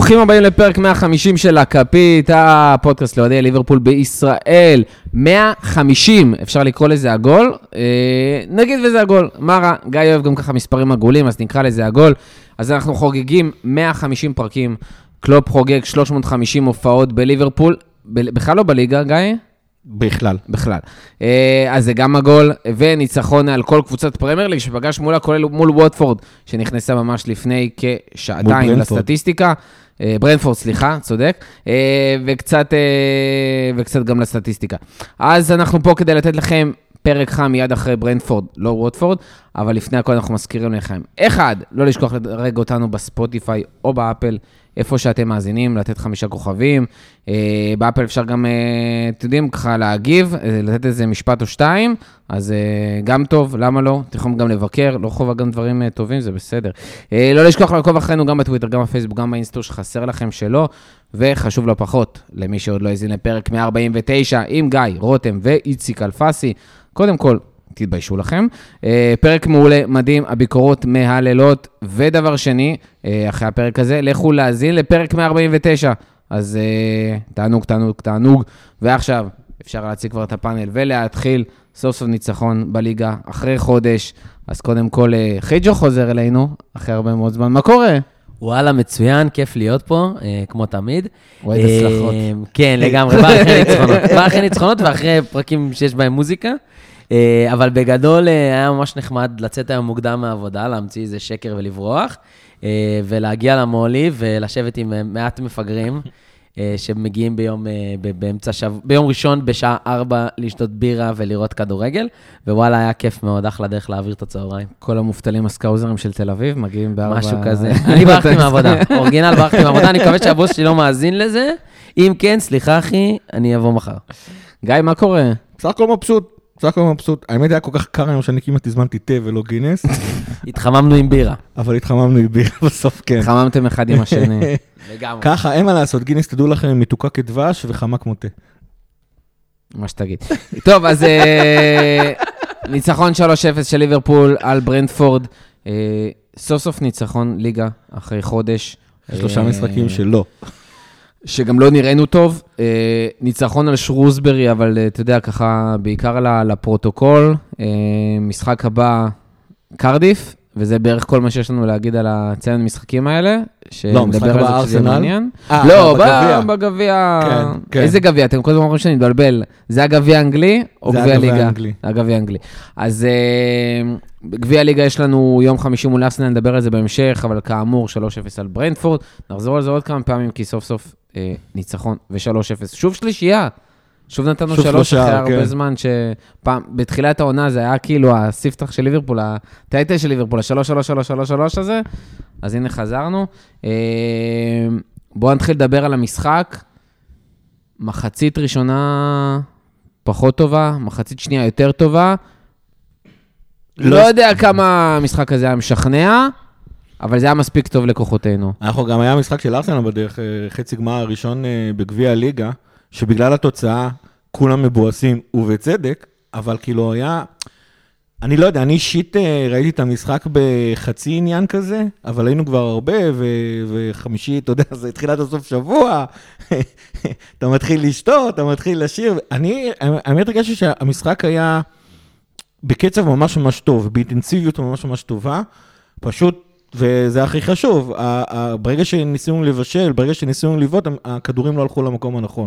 ברוכים הבאים לפרק 150 של הכפית, הפודקאסט לאוהדי ליברפול בישראל. 150, אפשר לקרוא לזה עגול, נגיד וזה עגול. מה רע? גיא אוהב גם ככה מספרים עגולים, אז נקרא לזה עגול. אז אנחנו חוגגים 150 פרקים, קלופ חוגג 350 הופעות בליברפול, בכלל לא בליגה, גיא? בכלל. אז זה גם הגול, וניצחון על כל קבוצת פרמייר ליג, שפגש מול ווטפורד, שנכנסה ממש לפני כשעתיים לסטטיסטיקה. ברנפורד, סליחה, צודק. וקצת גם לסטטיסטיקה. אז אנחנו פה כדי לתת לכם פרק חם מיד אחרי ברנפורד, לא ווטפורד, אבל לפני הכל אנחנו מזכירים לכם. אחד, לא לשכוח לדרג אותנו בספוטיפיי או באפל, איפה שאתם מאזינים, לתת 5 כוכבים. באפל אפשר גם, אתם יודעים, ככה להגיב, לתת איזה משפט או 2, אז גם טוב, למה לא? אתם יכולים גם לבקר, לא חובה גם דברים טובים, זה בסדר. לא לשכוח לעקוב אחרינו גם בטוויטר, גם בפייסבוק, גם באינסטור, שחסר לכם שלא, וחשוב לא פחות, למי שעוד לא הזין לפרק 149, עם גיא, רותם ואיציק אלפסי. קודם כל, תתביישו לכם. פרק מעולה, מדהים, הביקורות מהלילות, ודבר שני, אחרי הפרק הזה, לכו להזין לפרק 149. אז תענוג. ועכשיו, אפשר להציג כבר את הפאנל ולהתחיל סוף סוף ניצחון בליגה אחרי חודש. אז קודם כל, חייג'ו חוזר אלינו, אחרי הרבה מאוד זמן. מה קורה? וואלה, מצוין, כיף להיות פה, כמו תמיד. רואה את הצלחות. כן, לגמרי, בא אחרי ניצחונות ואחרי פרקים שיש בהם מוזיקה. אבל בגדול היה ממש נחמד לצאת היום מוקדם מהעבודה, להמציא איזה שקר ולברוח, ולהגיע למולי ולשבת עם מעט מפגרים, שמגיעים ביום ראשון בשעה 4 לשתות בירה ולראות כדורגל, ווואלה, היה כיף מאוד, אחלה דרך להעביר את הצהריים. כל המובטלים הסקאוזרים של תל אביב מגיעים ב4... משהו כזה. אני ברחתי מהעבודה, אורגינל ברחתי מהעבודה, אני מקווה שהבוס שלי לא מאזין לזה. אם כן, סליחה אחי, אני אבוא מחר. גיא, מה קורה? בסך הכל מבסוט. האמת היה כל כך קר היום שאני כמעט הזמנתי תה ולא גינס. התחממנו עם בירה. אבל התחממנו עם בירה בסוף, כן. התחממתם אחד עם השני. לגמרי. ככה, אין מה לעשות, גינס תדעו לכם מתוקה כדבש וחמה כמו תה. מה שתגיד. טוב, אז ניצחון 3-0 של ליברפול על ברנטפורד. סוף סוף ניצחון ליגה אחרי חודש. 3 משחקים שלא. שגם לא נראינו טוב, ניצחון על שרוסברי, אבל אתה יודע, ככה, בעיקר לפרוטוקול, משחק הבא, קרדיף, וזה בערך כל מה שיש לנו להגיד על הציין המשחקים האלה, לא, משחק הבא ארסנל? לא, בגביע, איזה גביע? אתם כל הזמן אומרים שאני מתבלבל, זה הגביע האנגלי או גביע הליגה? הגביע האנגלי. אז גביע הליגה יש לנו יום חמישי מול ארסנל, נדבר על זה בהמשך, אבל כאמור 3-0 על ברנטפורד, נחזור על זה עוד כמה פעמים, כי סוף סוף ניצחון ו3-0. שוב שלישייה, שוב נתנו 3 אחרי הרבה זמן, שפעם, בתחילת העונה זה היה כאילו הספתח של ליברפול, הטייטל של ליברפול, ה-3-3-3-3-3 הזה, אז הנה חזרנו. בואו נתחיל לדבר על המשחק. מחצית ראשונה פחות טובה, מחצית שנייה יותר טובה. לא יודע כמה המשחק הזה היה משכנע, אבל זה היה מספיק טוב לכוחותינו. אנחנו גם היה משחק של ארסנל בדרך, חצי גמר הראשון בגביע הליגה, שבגלל התוצאה כולם מבואסים ובצדק, אבל כאילו היה, אני לא יודע, אני אישית ראיתי את המשחק בחצי עניין כזה, אבל היינו כבר הרבה, וחמישי, אתה יודע, זה התחילת הסוף שבוע, אתה מתחיל לשתות, אתה מתחיל לשיר, אני הרגשתי שהמשחק היה בקצב ממש ממש טוב, באינטנסיביות ממש ממש טובה, פשוט, וזה הכי חשוב, ברגע שניסינו לבשל, ברגע שניסינו לבעוט, הכדורים לא הלכו למקום הנכון.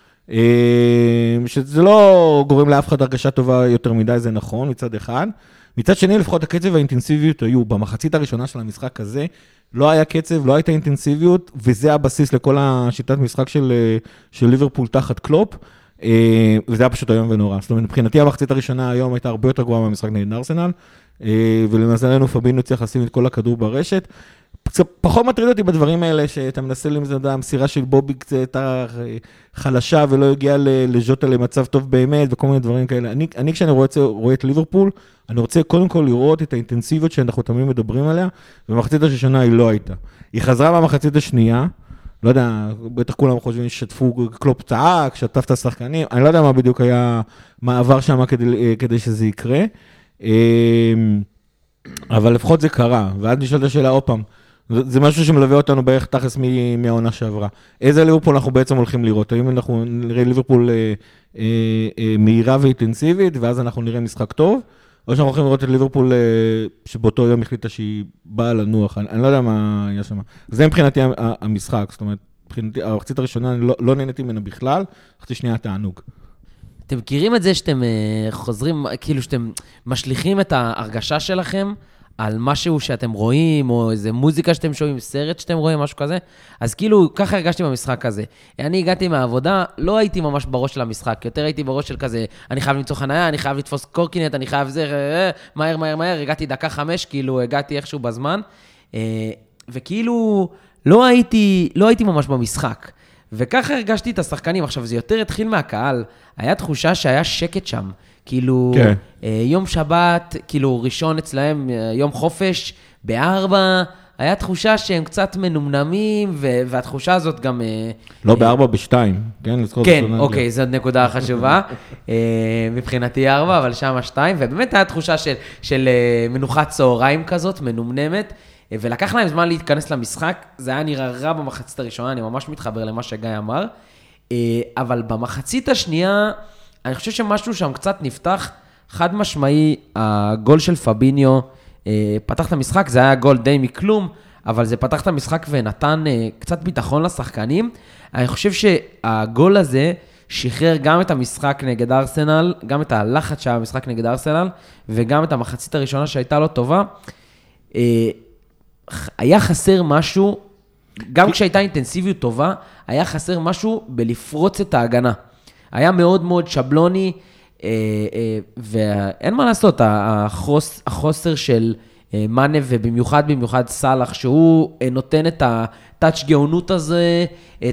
שזה לא גורם לאף אחד הרגשה טובה יותר מדי, זה נכון, מצד אחד. מצד שני, לפחות הקצב והאינטנסיביות היו, במחצית הראשונה של המשחק הזה, לא היה קצב, לא הייתה אינטנסיביות, וזה הבסיס לכל השיטת משחק של ליברפול תחת קלופ, וזה היה פשוט היום ונורא. זאת אומרת, מבחינתי המחצית הראשונה היום הייתה הרבה יותר גרועה מהמשחק נגד ארסנל, ולמזלנו פבינו צריך לשים את כל הכדור ברשת. פחות מטריד אותי בדברים האלה, שאתה מנסה למזד, המסירה של בובי הייתה חלשה ולא הגיעה לז'וטה למצב טוב באמת, וכל מיני דברים כאלה. אני כשאני רואה את ליברפול, אני רוצה קודם כל לראות את האינטנסיביות שאנחנו תמיד מדברים עליה, ומחצית השנה היא לא הייתה. היא חזרה במחצית השנייה, לא יודע, בטח כולם חושבים ששתפו קלופ צעק, שטף את השחקנים, אני לא יודע מה בדיוק היה מעבר שם כדי שזה יקרה, אבל לפחות זה קרה, ואז נשאלת השאלה עוד פעם, זה משהו שמלווה אותנו בערך תכלס מהעונה שעברה. איזה ליברפול אנחנו בעצם הולכים לראות? האם אנחנו נראה ליברפול מהירה ואינטנסיבית, ואז אנחנו נראה משחק טוב, או שאנחנו הולכים לראות את ליברפול שבאותו יום החליטה שהיא באה לנוח, אני לא יודע מה היה שם. זה מבחינתי המשחק, זאת אומרת, מבחינתי, המחצית הראשונה, אני לא נהניתי ממנה בכלל, חצי שנייה תענוג. אתם מכירים את זה שאתם חוזרים, כאילו שאתם משליכים את ההרגשה שלכם על משהו שאתם רואים, או איזה מוזיקה שאתם שומעים, סרט שאתם רואים, משהו כזה? אז כאילו, ככה הרגשתי במשחק הזה. אני הגעתי מהעבודה, לא הייתי ממש בראש של המשחק, יותר הייתי בראש של כזה, אני חייב למצוא חניה, אני חייב לתפוס קורקינט, אני חייב זה, מהר, הגעתי דקה 5, כאילו הגעתי איכשהו בזמן, וכאילו, לא הייתי ממש במשחק. וככה הרגשתי את השחקנים. עכשיו, זה יותר התחיל מהקהל. היה תחושה שהיה שקט שם. כאילו, כן. יום שבת, כאילו ראשון אצלהם, יום חופש, ב-4, היה תחושה שהם קצת מנומנמים, והתחושה הזאת גם... לא ב-4, ב-2, כן? כן, אוקיי, זאת נקודה חשובה. מבחינתי 4, אבל שם 2, ובאמת היה תחושה של מנוחת צהריים כזאת, מנומנמת, ולקח להם זמן להתכנס למשחק, זה היה נראה רע במחצית הראשונה, אני ממש מתחבר למה שגיא אמר, אבל במחצית השנייה, אני חושב שמשהו שם קצת נפתח, חד משמעי, הגול של פביניו, פתח את המשחק, זה היה גול די מכלום, אבל זה פתח את המשחק ונתן קצת ביטחון לשחקנים. אני חושב שהגול הזה שחרר גם את המשחק נגד ארסנל, גם את הלחץ שהיה במשחק נגד ארסנל, וגם את המחצית הראשונה שהייתה לו טובה. היה חסר משהו, גם כשהייתה אינטנסיביות טובה, היה חסר משהו בלפרוץ את ההגנה. היה מאוד מאוד שבלוני, ואין מה לעשות, החוסר של מנה, ובמיוחד סלח, שהוא נותן את הטאץ' גאונות הזה,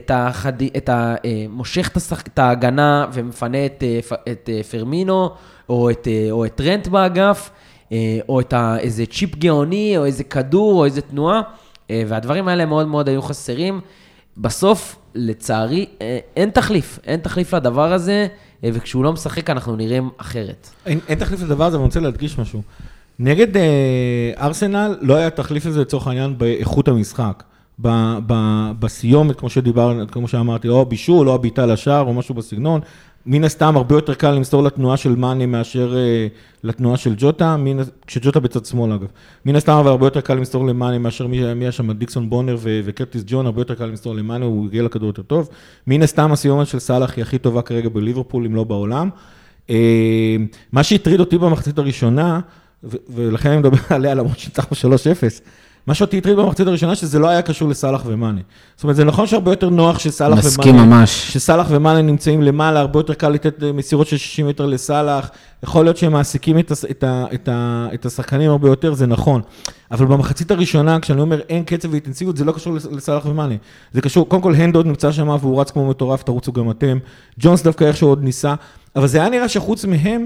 מושך את ההגנה, ומפנה את פרמינו, או את טרנט באגף, או את איזה צ'יפ גאוני, או איזה כדור, או איזה תנועה, והדברים האלה מאוד מאוד היו חסרים. בסוף, לצערי, אין תחליף לדבר הזה, וכשהוא לא משחק, אנחנו נראים אחרת. אין תחליף לדבר הזה, אבל אני רוצה להדגיש משהו. נגד ארסנל לא היה תחליף לזה לצורך העניין באיכות המשחק. בסיומת, כמו שאמרתי, או בישול, או הביטה לשער, או משהו בסגנון. מן הסתם הרבה יותר קל למסור לתנועה של מאני מאשר לתנועה של ג'וטה, כשג'וטה בצד שמאל אגב. מן הסתם אבל הרבה יותר קל למסור למאני מאשר מי היה שם, דיקסון בונר וקרטיס ג'ון, הרבה יותר קל למסור למאני, הוא הגיע לכדור יותר טוב. מן הסתם הסיומת של סלח היא הכי טובה כרגע בליברפול, אם לא בעולם. מה שהטריד אותי במחצית הראשונה, ולכן אני מדבר עליה למרות שניצחנו 3-0, מה שאותי הטריד במחצית הראשונה, שזה לא היה קשור לסלח ומאני. זאת אומרת, זה נכון שהרבה יותר נוח שסלח שסלח ומאני נמצאים למעלה, הרבה יותר קל לתת מסירות של 60 מטר לסלח, יכול להיות שהם מעסיקים את השחקנים הרבה יותר, זה נכון. אבל במחצית הראשונה, כשאני אומר אין קצב ואינטנסיביות, זה לא קשור לסלח ומאני. זה קשור, קודם כל הנדוד נמצא שם והוא רץ כמו מטורף, תרוצו גם אתם. ג'ונס דווקא איכשהו עוד ניסה, אבל זה היה נראה שחוץ מהם,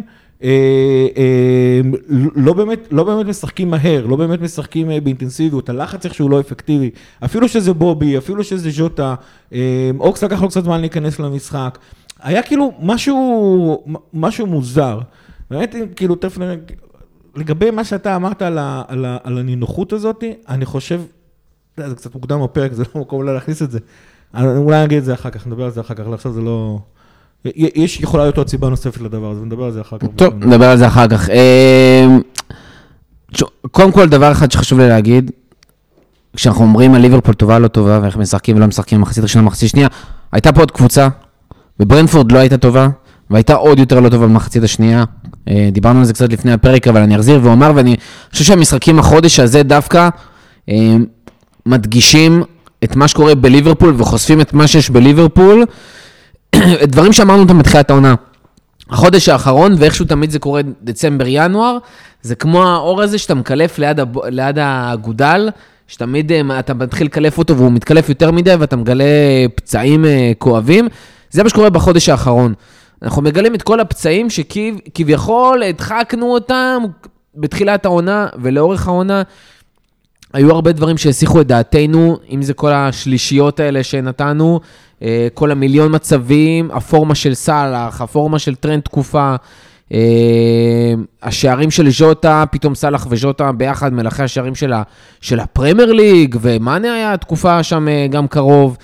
לא באמת משחקים מהר, לא באמת משחקים באינטנסיביות, הלחץ איכשהו לא אפקטיבי, אפילו שזה בובי, אפילו שזה ז'וטה, אוקס לקח לו קצת זמן להיכנס למשחק, היה כאילו משהו מוזר, באמת כאילו לגבי מה שאתה אמרת על הנינוחות הזאת, אני חושב, זה קצת מוקדם בפרק, זה לא מקום להכניס את זה, אולי נגיד את זה אחר כך, נדבר על זה אחר כך, עכשיו זה לא... יכולה להיות עוד סיבה נוספת לדבר הזה, ונדבר על זה אחר כך. טוב, נדבר על זה אחר כך. קודם כל, דבר אחד שחשוב לי להגיד, כשאנחנו אומרים על ליברפול טובה לא טובה, ואיך משחקים ולא משחקים מחצית ראשונה, מחצית שנייה, הייתה פה עוד קבוצה, וברנפורד לא הייתה טובה, והייתה עוד יותר לא טובה במחצית השנייה. דיברנו על זה קצת לפני הפרק, אבל אני אחזיר ואומר, ואני חושב שהמשחקים החודש הזה דווקא מדגישים את מה שקורה בליברפול, וחושפים את מה שיש בליברפול, דברים שאמרנו אותם בתחילת העונה. החודש האחרון, ואיכשהו תמיד זה קורה דצמבר-ינואר, זה כמו האור הזה שאתה מקלף ליד הגודל, שתמיד אתה מתחיל לקלף אותו והוא מתקלף יותר מדי, ואתה מגלה פצעים כואבים. זה מה שקורה בחודש האחרון. אנחנו מגלים את כל הפצעים שכביכול הדחקנו אותם בתחילת העונה ולאורך העונה. היו הרבה דברים שהסיחו את דעתנו, אם זה כל השלישיות האלה שנתנו, כל המיליון מצבים, הפורמה של סלח, הפורמה של טרנד תקופה, השערים של ז'וטה, פתאום סלח וז'וטה ביחד מלכי השערים של הפרמייר ליג, ומאנה היה תקופה שם גם קרוב,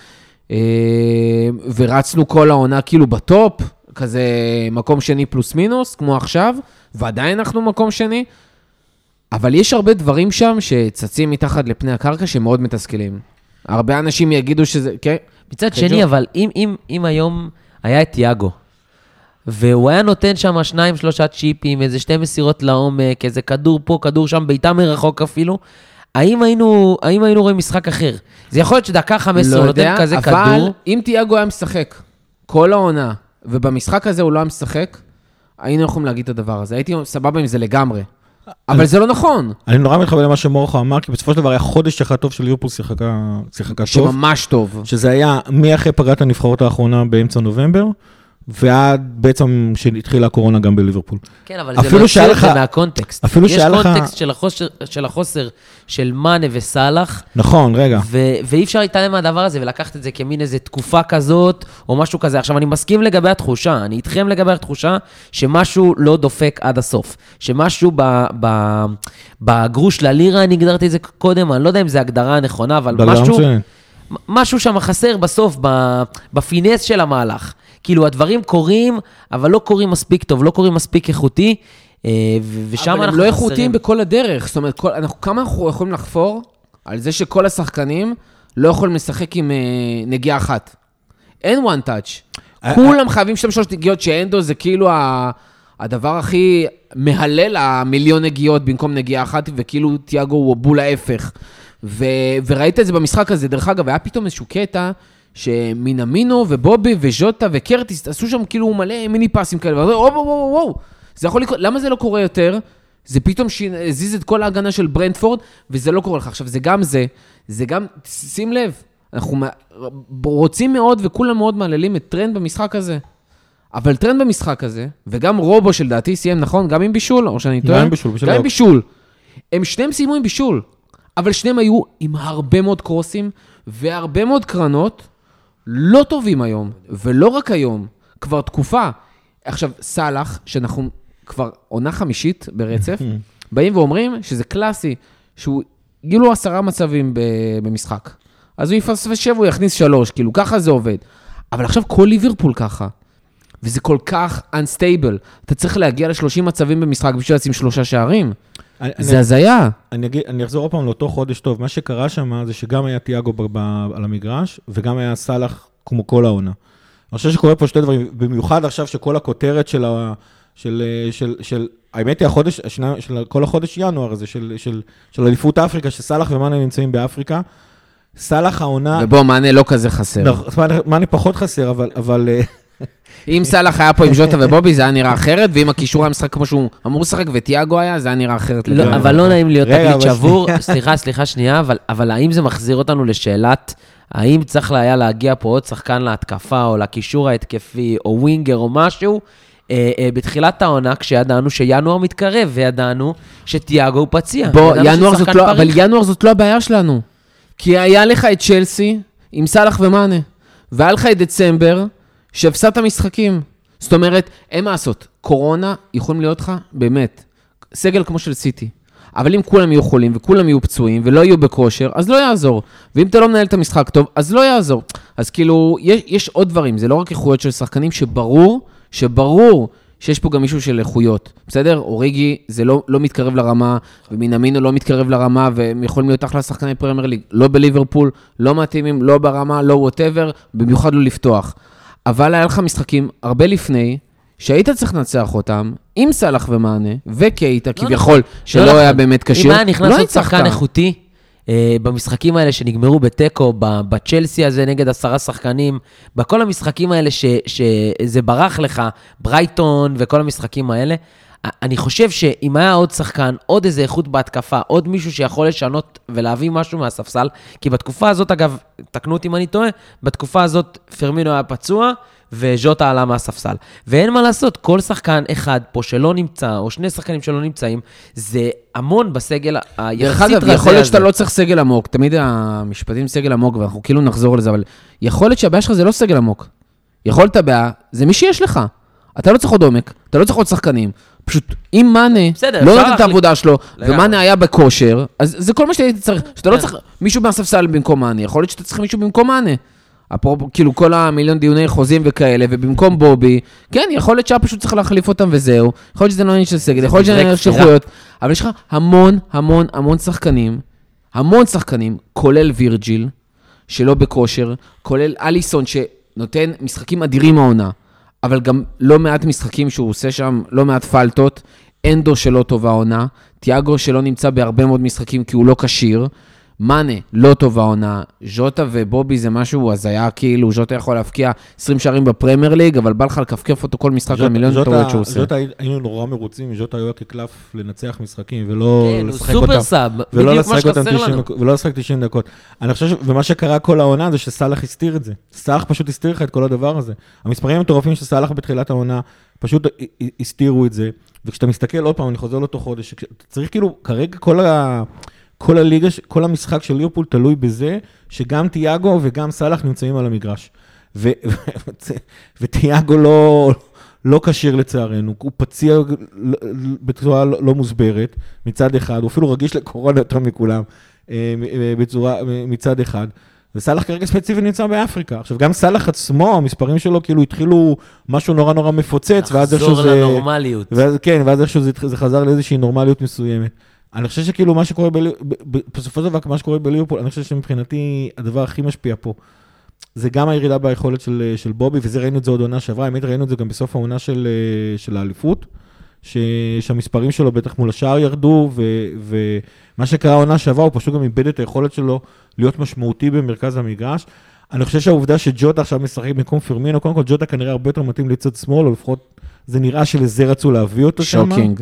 ורצנו כל העונה כאילו בטופ, כזה מקום שני פלוס מינוס, כמו עכשיו, ועדיין אנחנו מקום שני, אבל יש הרבה דברים שם שצצים מתחת לפני הקרקע שמאוד מתסכלים. הרבה אנשים יגידו שזה, כן? מצד שני, אבל אם היום היה את תיאגו, והוא היה נותן שם 2-3 צ'יפים, איזה 2 מסירות לעומק, איזה כדור פה, כדור שם, בעיטה מרחוק אפילו, האם היינו רואים משחק אחר? זה יכול להיות שדקה 15 נותן כזה כדור. אבל אם תיאגו היה משחק כל העונה, ובמשחק הזה הוא לא היה משחק, היינו יכולים להגיד את הדבר הזה. הייתי סבבה עם זה לגמרי. אבל זה לא נכון. אני נורא מתחבר למה שמורך אמר, כי בסופו של דבר היה חודש אחד טוב של ליברפול שיחקה טוב. שממש טוב. שזה היה מאחרי פגרת הנבחרות האחרונה באמצע נובמבר, ועד בעצם שהתחילה הקורונה גם בליברפול. כן, אבל זה מוציא את זה מהקונטקסט. יש קונטקסט של החוסר של מאנה וסלח. נכון, רגע. ואי אפשר להתעלם מהדבר הזה, ולקחת את זה כמין איזו תקופה כזאת, או משהו כזה. עכשיו, אני מסכים לגבי התחושה, אני איתכם לגבי התחושה, שמשהו לא דופק עד הסוף. שמשהו בגרוש ללירה, אני הגדרתי את זה קודם, אני לא יודע אם זו הגדרה הנכונה, אבל משהו שם חסר בסוף, בפינס של המהלך. כאילו, הדברים קורים, אבל לא קורים מספיק טוב, לא קורים מספיק איכותי, ושם אנחנו חסרים. אבל הם לא איכותיים בכל הדרך. זאת אומרת, כמה אנחנו יכולים לחפור על זה שכל השחקנים לא יכולים לשחק עם נגיעה אחת. אין one touch. כולם חייבים 3 נגיעות שאנדו זה כאילו הדבר הכי מהלל המיליון נגיעות במקום נגיעה אחת, וכאילו תיאגו הוא בול ההפך. וראית את זה במשחק הזה. דרך אגב, היה פתאום איזשהו קטע, שמינמינו ובובי וז'וטה וקרטיס עשו שם כאילו מלא מיני פסים כאלה, וואו, זה יכול לקרות, למה זה לא קורה יותר? זה פתאום הזיז את כל ההגנה של ברנטפורד, וזה לא קורה לך. עכשיו, זה גם, שים לב, אנחנו רוצים מאוד וכולם מאוד מעללים את טרנד במשחק הזה, אבל טרנד במשחק הזה, וגם רובו של דעתי סיים, נכון? גם עם בישול, או שאני טועה? גם עם בישול. הם שניהם סיימו עם בישול, אבל שניהם היו עם הרבה מאוד קרוסים, והרבה מאוד קרנות, לא טובים היום, ולא רק היום, כבר תקופה. עכשיו, סלח, שאנחנו כבר עונה 5 ברצף, באים ואומרים שזה קלאסי, שהוא גילו 10 מצבים במשחק. אז הוא יפספס 7, הוא יכניס 3, כאילו ככה זה עובד. אבל עכשיו כל ליברפול ככה, וזה כל כך unstable. אתה צריך להגיע ל30 מצבים במשחק בשביל לשים 3 שערים. זה הזיה. אני אחזור עוד פעם לאותו חודש טוב. מה שקרה שם זה שגם היה תיאגו על המגרש, וגם היה סלח כמו כל העונה. אני חושב שקורה פה 2 דברים, במיוחד עכשיו שכל הכותרת של האמת היא החודש, של כל החודש ינואר הזה, של אליפות אפריקה, שסלח ומאנה נמצאים באפריקה. סלח העונה... ובוא, מאנה לא כזה חסר. מאנה פחות חסר, אבל... אם סלח היה פה עם ז'וטה ובובי, זה היה נראה אחרת, ואם הקישור היה משחק כמו שהוא אמור לשחק, ותיאגו היה, זה היה נראה אחרת. אבל לא נעים להיות תקליט שבור. סליחה שנייה, אבל האם זה מחזיר אותנו לשאלת, האם צריך היה להגיע פה עוד שחקן להתקפה, או לקישור ההתקפי, או ווינגר, או משהו, בתחילת העונה, כשידענו שינואר מתקרב, וידענו שתיאגו הוא פציע. אבל ינואר זאת לא הבעיה שלנו. כי היה לך את צ'לסי, עם סלח ומאנה, והיה לך את דצמבר, שהפסדת משחקים. זאת אומרת, אין מה לעשות. קורונה יכולים להיות לך, באמת, סגל כמו של סיטי. אבל אם כולם יהיו חולים, וכולם יהיו פצועים, ולא יהיו בכושר, אז לא יעזור. ואם אתה לא מנהל את המשחק טוב, אז לא יעזור. אז כאילו, יש עוד דברים. זה לא רק איכויות של שחקנים, שברור שיש פה גם מישהו של איכויות. בסדר? אוריגי זה לא מתקרב לרמה, ומינמינו לא מתקרב לרמה, והם יכולים להיות אחלה שחקני פרמייר ליג. לא בליברפול, לא מתאימים, לא ברמה, לא whatever, במיוחד לא לפתוח. אבל היה לך משחקים הרבה לפני, שהיית צריך לנצח אותם, עם סלח ומאנה, וקייטה, כביכול, שלא היה באמת קשיר. אם היה נכנס עוד שחקן איכותי, במשחקים האלה שנגמרו בטקו, בצ'לסי הזה נגד 10 שחקנים, בכל המשחקים האלה שזה ברח לך, ברייטון וכל המשחקים האלה, אני חושב שאם היה עוד שחקן, עוד איזה איכות בהתקפה, עוד מישהו שיכול לשנות ולהביא משהו מהספסל, כי בתקופה הזאת, אגב, תקנו אותי אם אני טועה, בתקופה הזאת פרמינו היה פצוע, וז'וטה עלה מהספסל. ואין מה לעשות, כל שחקן אחד פה שלא נמצא, או 2 שחקנים שלא נמצאים, זה המון בסגל היחסית רזה הזה. יכול להיות שאתה לא צריך סגל עמוק, תמיד המשפטים סגל עמוק, ואנחנו כאילו נחזור לזה, אבל יכול להיות שהבעיה שלך זה לא סגל עמוק. יכול להיות הבעיה, זה מי שיש לך. אתה לא צריך עוד עומק, אתה לא צריך עוד שחקנים. פשוט, אם מאנה בסדר, לא אפשר נותן את העבודה שלו, לגמרי. ומאנה היה בכושר, אז זה כל מה שהייתי צריך. שאתה לא צריך מישהו מהספסל במקום מאנה, יכול להיות שאתה צריך מישהו במקום מאנה. כאילו כל המיליון דיוני חוזים וכאלה, ובמקום בובי, כן, יכול להיות שהיה פשוט צריך להחליף אותם וזהו, יכול להיות שזה לא עניין של סגל, יכול להיות שזה שחרויות, אבל יש לך המון שחקנים, כולל וירג'יל, שלא בכושר, כולל אליסון שנותן משחקים אדירים העונה, אבל גם לא מעט משחקים שהוא עושה שם, לא מעט פלטות, אנדו שלא טובה העונה, תיאגו שלא נמצא בהרבה מאוד משחקים כי הוא לא כשיר, מאנה לא טובה עונה, ז'וטה ובובי זה משהו, אז היה כאילו, ז'וטה יכול להפקיע 20 שערים בפרמייר ליג, אבל בא לך לכפכף אותו כל משחק למיליון טובות שהוא עושה. ז'וטה היינו נורא מרוצים, ז'וטה היה כקלף לנצח משחקים, ולא כן, הוא לשחק אותם. סופר סאב, בדיוק מה שחסר לנו. ולא לשחק 90 דקות. אני חושב, ומה שקרה כל העונה זה שסלח הסתיר את זה. סלח פשוט הסתיר לך את כל הדבר הזה. המספרים המטורפים שסלח בתחילת העונה, פשוט הסתירו את זה. וכשאתה מסתכל עוד פעם, אני חוזר לאותו חודש, צריך כאילו, כרגע כל הליגה, כל המשחק של ליברפול תלוי בזה, שגם תיאגו וגם סלח נמצאים על המגרש. ותיאגו לא כשיר לצערנו, הוא פציע בצורה לא מוסברת, מצד אחד, הוא אפילו רגיש לקורונה יותר מכולם, מצד אחד. וסלח כרגע ספציפי נמצא באפריקה. עכשיו, גם סלח עצמו, המספרים שלו כאילו התחילו משהו נורא נורא מפוצץ, ואז איכשהו זה... לחזור לנורמליות. כן, ואז איכשהו זה חזר לאיזושהי נורמליות מסוימת. אני חושב שכאילו מה שקורה בסופו של דבר, מה שקורה בליברפול, אני חושב שמבחינתי הדבר הכי משפיע פה, זה גם הירידה ביכולת של בובי, וזה ראינו את זה עוד עונה שעברה, האמת ראינו את זה גם בסוף העונה של האליפות, שהמספרים שלו בטח מול השאר ירדו, ומה שקרה העונה שעברה, הוא פשוט גם איבד את היכולת שלו להיות משמעותי במרכז המגרש. אני חושב שהעובדה שג'וטה עכשיו משחק במקום פירמינו, קודם כל ג'וטה כנראה הרבה יותר מתאים לצד שמאל, או לפחות זה נראה שלזה רצו להביא אותו שם. שוקינג.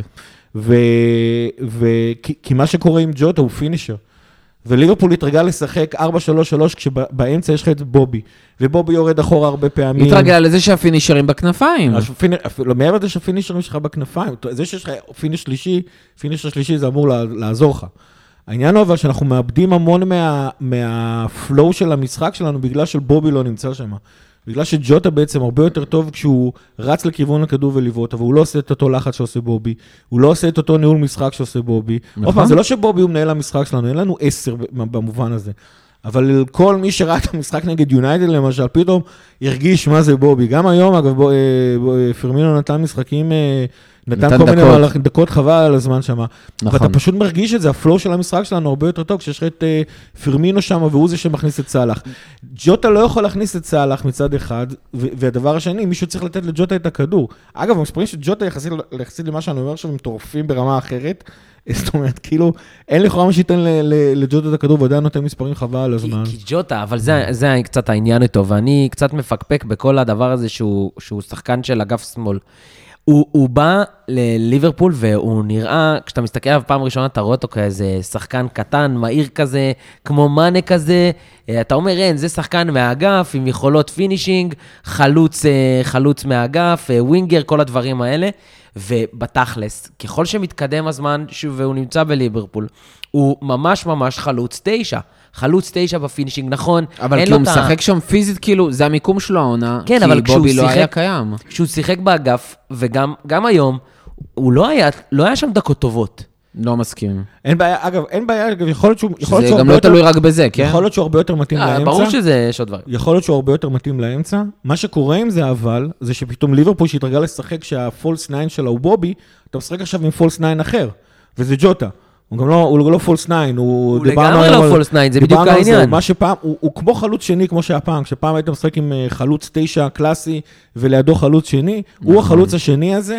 כי מה שקורה עם ג'וטה הוא פינישר. וליברפול התרגל לשחק 4-3-3 כשבאמצע יש לך את בובי. ובובי יורד אחורה הרבה פעמים. התרגל לזה שהפינישרים בכנפיים. מעבר לזה שהפינישרים שלך בכנפיים. זה שיש לך פינישר שלישי זה אמור לעזור לך. העניין הוא אבל שאנחנו מאבדים המון מהפלואו של המשחק שלנו בגלל שבובי לא נמצא שם. בגלל שג'וטה בעצם הרבה יותר טוב כשהוא רץ לכיוון הכדור ולבעוט, אבל הוא לא עושה את אותו לחץ שעושה בובי, הוא לא עושה את אותו ניהול משחק שעושה בובי. נכון. זה לא שבובי הוא מנהל המשחק שלנו, אין לנו 10 במובן הזה. אבל כל מי שראה את המשחק נגד יונייטד למשל, פתאום הרגיש מה זה בובי. גם היום, אגב, פירמינו נתן משחקים, נתן כל מיני דקות חבל על הזמן שם. נכון. ואתה פשוט מרגיש את זה, הפלואו של המשחק שלנו הרבה יותר טוב, כשיש לך את פירמינו שם, והוא זה שמכניס את סלח. ג'וטה לא יכול להכניס את סלח מצד אחד, והדבר השני, מישהו צריך לתת לג'וטה את הכדור. אגב, המספרים של ג'וטה יחסית למה שאני אומר שהם מטורפים ברמה אחרת, זאת אומרת, כאילו, אין לכאורה מה שייתן לג'וטה את הכדור, ועדיין נותן מספרים חבל על הזמן. כי ג'וטה, אבל זה קצת העניין איתו, ואני קצת מפקפק בכל הדבר הזה שהוא שחקן של אגף שמאל. הוא בא לליברפול והוא נראה, כשאתה מסתכל עליו פעם ראשונה, אתה רואה אותו כאיזה שחקן קטן, מהיר כזה, כמו מאנה כזה, אתה אומר, אין, זה שחקן מהאגף, עם יכולות פינישינג, חלוץ מהאגף, ווינגר, כל הדברים האלה, ובתכלס, ככל שמתקדם הזמן, והוא נמצא בליברפול, הוא ממש ממש חלוץ 9 בפינישינג, נכון. אבל כי הוא משחק שם פיזית, כאילו, זה המיקום שלו העונה, כן, כי בובי לא היה קיים. כשהוא שיחק באגף, וגם היום, הוא לא היה שם דקות טובות. לא מסכים. אין בעיה, אגב, יכול להיות שהוא... זה גם לא תלוי רק בזה, כן? יכול להיות שהוא הרבה יותר מתאים לאמצע. ברור שזה יש עוד דברים. יכול להיות שהוא הרבה יותר מתאים לאמצע. מה שקורה עם זה אבל, זה שפתאום ליברפול שהתרגל לשחק שהפולס 9 שלה הוא בובי, אתה משחק עכשיו עם פולס 9 אחר, וזה ג'וטה. הוא לא פולס 9, הוא לגמרי לא פולס 9, זה בדיוק העניין. מה שפעם, הוא כמו חלוץ שני, כמו שהפעם, כשפעם היית משחק עם חלוץ 9 קלאסי, ולידו חלוץ שני, הוא החלוץ השני הזה,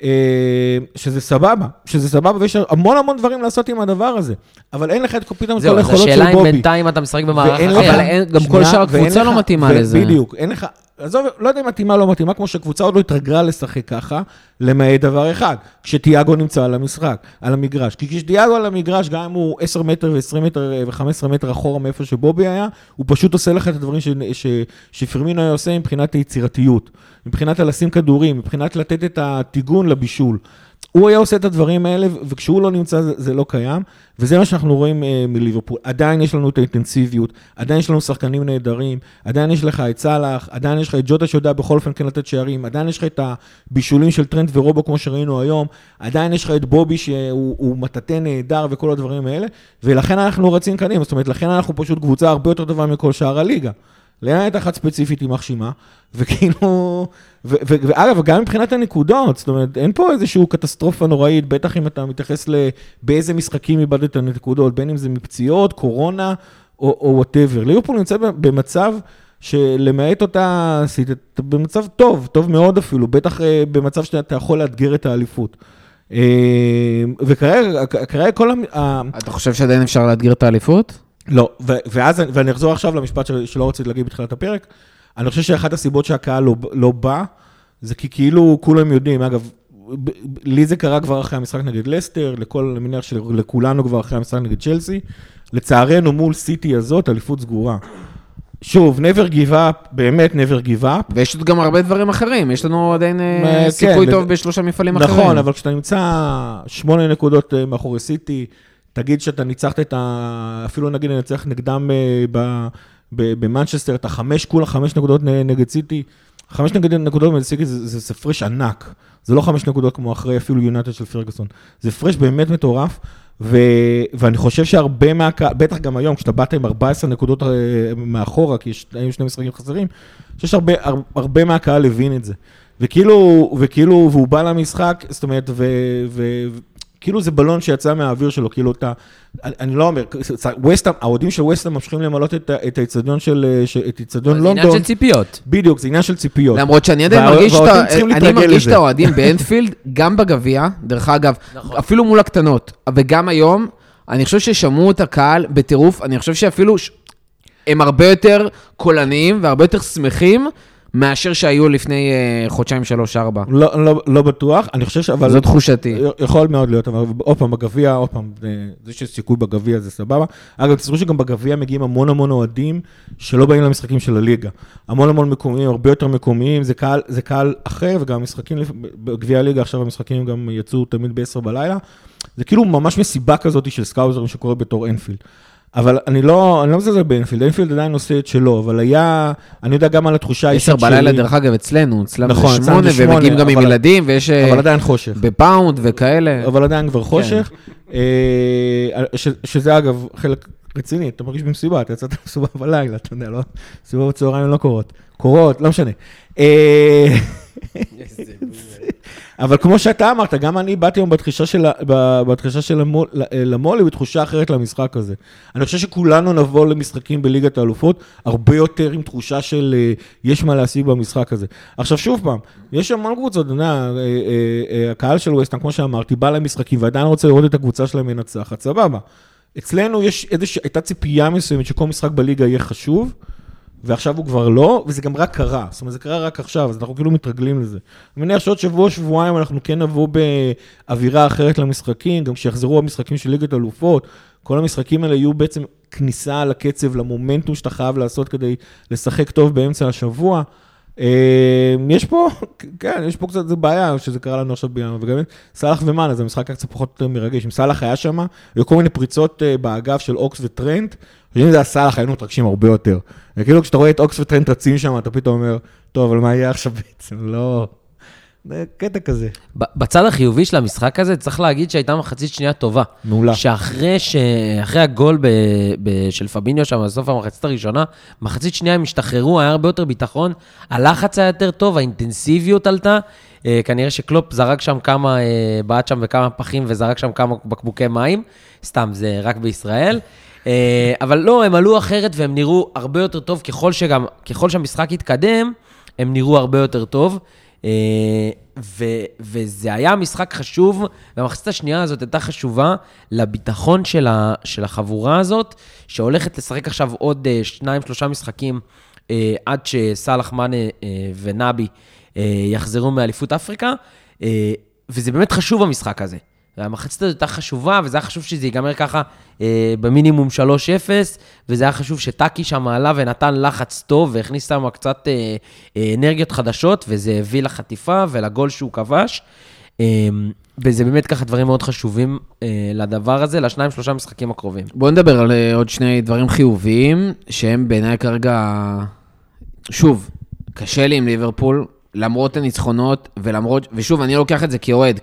שזה סבבה, ויש המון דברים לעשות עם הדבר הזה, אבל אין לך את פתאום כל היכולות של בובי. השאלה אם בינתיים אתה משחק במערך אחר. אבל גם כל שאר הקבוצה לא מתאימה לזה. בדיוק, אין לך, עזוב, לא יודע אם מתאימה לא מתאימה, כמו שהקבוצה עוד לא התרגלה לשחק ככה, למעט דבר אחד, כשתיאגו נמצא על המגרש. כי כשתיאגו על המגרש, גם אם הוא 10 מטר ו-20 מטר ו-15 מטר אחורה מאיפה שבובי היה, הוא פשוט עושה לך את הדברים שפירמינו היה עושה מבחינת היצירתיות, מבחינת לשים כדורים, מבחינת לתת את הטיגון לבישול. הוא היה עושה את הדברים האלה, וכשהוא לא נמצא זה לא קיים, וזה מה שאנחנו רואים מליברפול. עדיין יש לנו את האינטנסיביות, עדיין יש לנו שחקנים נהדרים, עדיין יש לך את סלאח, עדיין יש לך את ג'וטה שיודע בכל אופן כן לתת שערים, עדיין יש לך את הבישולים של טרנט ורובו כמו שראינו היום, עדיין יש לך את בובי שהוא מטאטא נהדר וכל הדברים האלה, ולכן אנחנו רצים קדימה, זאת אומרת, לכן אנחנו פשוט קבוצה הרבה יותר טובה מכל שאר הליגה. ליד אחת ספציפית היא מחשימה, וכאילו, ואגב, וגם מבחינת הנקודות, זאת אומרת, אין פה איזושהי קטסטרופה נוראית, בטח אם אתה מתייחס באיזה משחקים איבדת את הנקודות, בין אם זה מפציעות, קורונה, או whatever. ליברפול נמצא במצב שלמעט אותה, במצב טוב מאוד אפילו, בטח במצב שאתה יכול לאתגר את האליפות. וכרגע כל אתה חושב שעדיין אפשר לאתגר את האליפות? לא, ואני אחזור עכשיו למשפט שלא רציתי להגיד בתחילת הפרק, אני חושב שאחת הסיבות שהקהל לא בא, זה כי כאילו כולם יודעים, אגב, לי זה קרה כבר אחרי המשחק נגד לסטר, אני מניח שלכולנו כבר אחרי המשחק נגד צ'לסי, לצערנו מול סיטי הזאת, אליפות סגורה. שוב, never give up, באמת never give up. ויש גם הרבה דברים אחרים, יש לנו עדיין סיכוי טוב בשלושה מפעלים אחרים. נכון, אבל כשאתה נמצא 8 נקודות מאחורי סיטי, תגיד שאתה ניצחת אפילו נגיד נצח נגדם במנצ'סטר, אתה 5 נקודות נגד סיטי, 5 נקודות נגד סיטי זה פרש ענק, זה לא 5 נקודות כמו אחרי אפילו יונייטד של פרגוסון, זה פרש באמת מטורף, ואני חושב שהרבה מהקהל, בטח גם היום, כשאתה באת עם 14 נקודות מאחורה, כי היו 2 משחקים חסרים, אני חושב שהרבה מהקהל הבין את זה, וכאילו, והוא בא למשחק, זאת אומרת, כאילו זה בלון שיצא מהאוויר שלו, כאילו אתה, אני לא אומר, האוהדים של ווסטהאם ממשיכים למלות את האצטדיון לונדון. זה עניין של ציפיות. בדיוק, זה עניין של ציפיות. למרות שאני עדיין מרגיש את האוהדים באנפילד, גם בגביע, דרך אגב, אפילו מול הקטנות, וגם היום, אני חושב ששמעו את הקהל בטירוף, אני חושב שאפילו הם הרבה יותר קולניים והרבה יותר שמחים, מאשר שהיו לפני חודשיים, 3-4. לא בטוח, אני חושב אבל... זו תחושתי. יכול מאוד להיות, אבל עוד פעם, בגביע, עוד פעם, זה שיש סיכוי בגביע, זה סבבה. אגב, תזכרו שגם בגביע מגיעים המון אוהדים שלא באים למשחקים של הליגה. המון מקומיים, הרבה יותר מקומיים, זה קהל אחר, וגם המשחקים, בגביע הליגה, עכשיו המשחקים גם יצאו תמיד ב-10 בלילה. זה כאילו ממש מסיבה כזאת של סקאוזרים שקורה בתור אנפילד. אבל אני לא מזלזל באנפילד, אנפילד עדיין עושה את שלו, אבל היה, אני יודע גם על התחושה האישית שלי. 10 בלילה דרך אגב אצלנו זה 8, ומגיעים גם עם ילדים, ויש... אבל עדיין חושך. בפאונד וכאלה. אבל עדיין כבר חושך, שזה אגב חלק רציני, אתה מרגיש במסיבה, אתה יצאת במסיבה בלילה, אתה יודע, לא? מסיבה בצהריים לא קורות, לא משנה. אבל כמו שאתה אמרת, גם אני באתי היום בתחישה של למולי, בתחושה אחרת למשחק הזה. אני חושב שכולנו נבוא למשחקים בליגת האלופות, הרבה יותר עם תחושה של יש מה להשיג במשחק הזה. עכשיו שוב פעם, יש המון קבוצות, הקהל של ווסטהאם, כמו שאמרתי, בא למשחקים ועדיין רוצה לראות את הקבוצה שלהם מנצחת, סבבה. אצלנו הייתה ציפייה מסוימת שכל משחק בליגה יהיה חשוב, ועכשיו הוא כבר לא, וזה גם רק קרה. זאת אומרת, זה קרה רק עכשיו, אז אנחנו כאילו מתרגלים לזה. אני מניח שעוד שבועיים אנחנו כן נבוא באווירה אחרת למשחקים, גם כשיחזרו המשחקים של ליגת אלופות, כל המשחקים האלה יהיו בעצם כניסה לקצב, למומנטום שאתה חייב לעשות כדי לשחק טוב באמצע השבוע. יש פה קצת, זה בעיה שזה קרה לנו עכשיו בינואר, וגם סלאח ומן, אז המשחק היה קצת פחות מרגש. אם סלאח היה שם, היו כל מיני פריצות באגף של אוקס וטרנט, ואם זה היה סלאח, היינו מתרגשים הרבה יותר. וכאילו כשאתה רואה את אוקס וטרנט רצים שם, אתה פתאום אומר, טוב, אבל מה יהיה עכשיו בעצם? לא... זה קטע כזה. בצד החיובי של המשחק הזה, צריך להגיד שהייתה מחצית שנייה טובה. מעולה. שאחרי הגול של פביניו שם, בסוף המחצית הראשונה, מחצית שנייה הם השתחררו, היה הרבה יותר ביטחון, הלחץ היה יותר טוב, האינטנסיביות עלתה, כנראה שקלופ זרק שם כמה, בעט שם וכמה פחים, וזרק שם כמה בקבוקי מים, סתם, זה רק בישראל. אבל לא, הם עלו אחרת והם נראו הרבה יותר טוב, ככל שהמשחק התקדם, הם נראו הרבה יותר טוב. וזה היה משחק חשוב, והמחצית השנייה הזאת הייתה חשובה לביטחון של החבורה הזאת, שהולכת לשחק עכשיו עוד 2-3 משחקים, עד שסלאח מאנה ונאבי יחזרו מאליפות אפריקה, וזה באמת חשוב המשחק הזה. המחצית הזאת הייתה חשובה, וזה היה חשוב שזה ייגמר ככה במינימום 3-0, וזה היה חשוב שטאקי שם עלה ונתן לחץ טוב, והכניס שם קצת אנרגיות חדשות, וזה הביא לחטיפה ולגול שהוא כבש. וזה באמת ככה דברים מאוד חשובים לדבר הזה, ל2-3 משחקים הקרובים. בואו נדבר על עוד שני דברים חיוביים, שהם בעיניי כרגע, שוב, קשה לי עם ליברפול, למרות הניצחונות, ושוב, אני לוקח את זה כאוהד,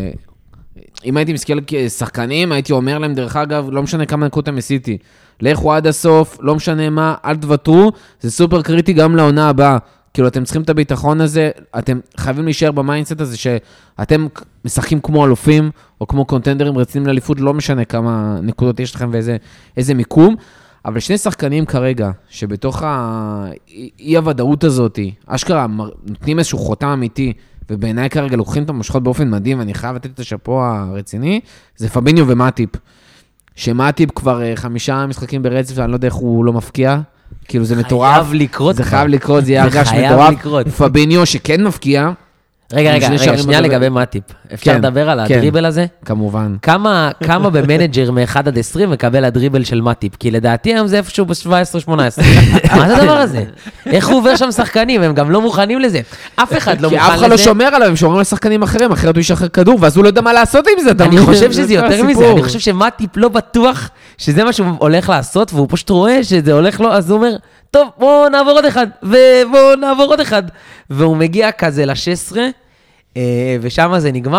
אם הייתי מסתכל כשחקנים, הייתי אומר להם, דרך אגב, לא משנה כמה נקודות הם עשיתי, לכו עד הסוף, לא משנה מה, אל תוותרו, זה סופר קריטי גם לעונה הבאה. כאילו, אתם צריכים את הביטחון הזה, אתם חייבים להישאר במיינדסט הזה, שאתם משחקים כמו אלופים, או כמו קונטנדרים רציניים לאליפות, לא משנה כמה נקודות יש לכם ואיזה מיקום, אבל שני שחקנים כרגע, שבתוך האי-הוודאות הזאת, אשכרה נותנים איזשהו חותם אמיתי, ובעיניי כרגע לוקחים את המושכות באופן מדהים, ואני חייב לתת את השפו הרציני, זה פביניו ומאטיפ. שמאטיפ כבר 5 משחקים ברצף, אני לא יודע איך הוא לא מפקיע, כאילו זה מטורף. חייב לקרות. זה חייב לקרות, זה יהיה הרגש מטורף. פביניו שכן מפקיע. רגע, שנייה לגבי מאטיפ. אפשר לדבר על הדריבל הזה? כמובן. כמה במנג'ר מ-1 עד 20 מקבל הדריבל של מאטיפ? כי לדעתי היום זה איפשהו ב-17-18. מה זה הדבר הזה? איך הוא עובר שם שחקנים? הם גם לא מוכנים לזה. אף אחד לא מוכן לזה. כי אף אחד לא שומר עליו, הם שומרים על שחקנים אחרים, אחרת הוא ישחרר כדור, ואז הוא לא יודע מה לעשות עם זה. אני חושב שזה יותר מזה. אני חושב שמאטיפ לא בטוח שזה מה שהוא הולך לעשות, והוא פשוט רואה שזה הולך לו, אז הוא אומר, טוב, בואו נעבור עוד אחד, ובואו נעבור עוד אחד. והוא מגיע כזה ל-16, ושם זה נגמר,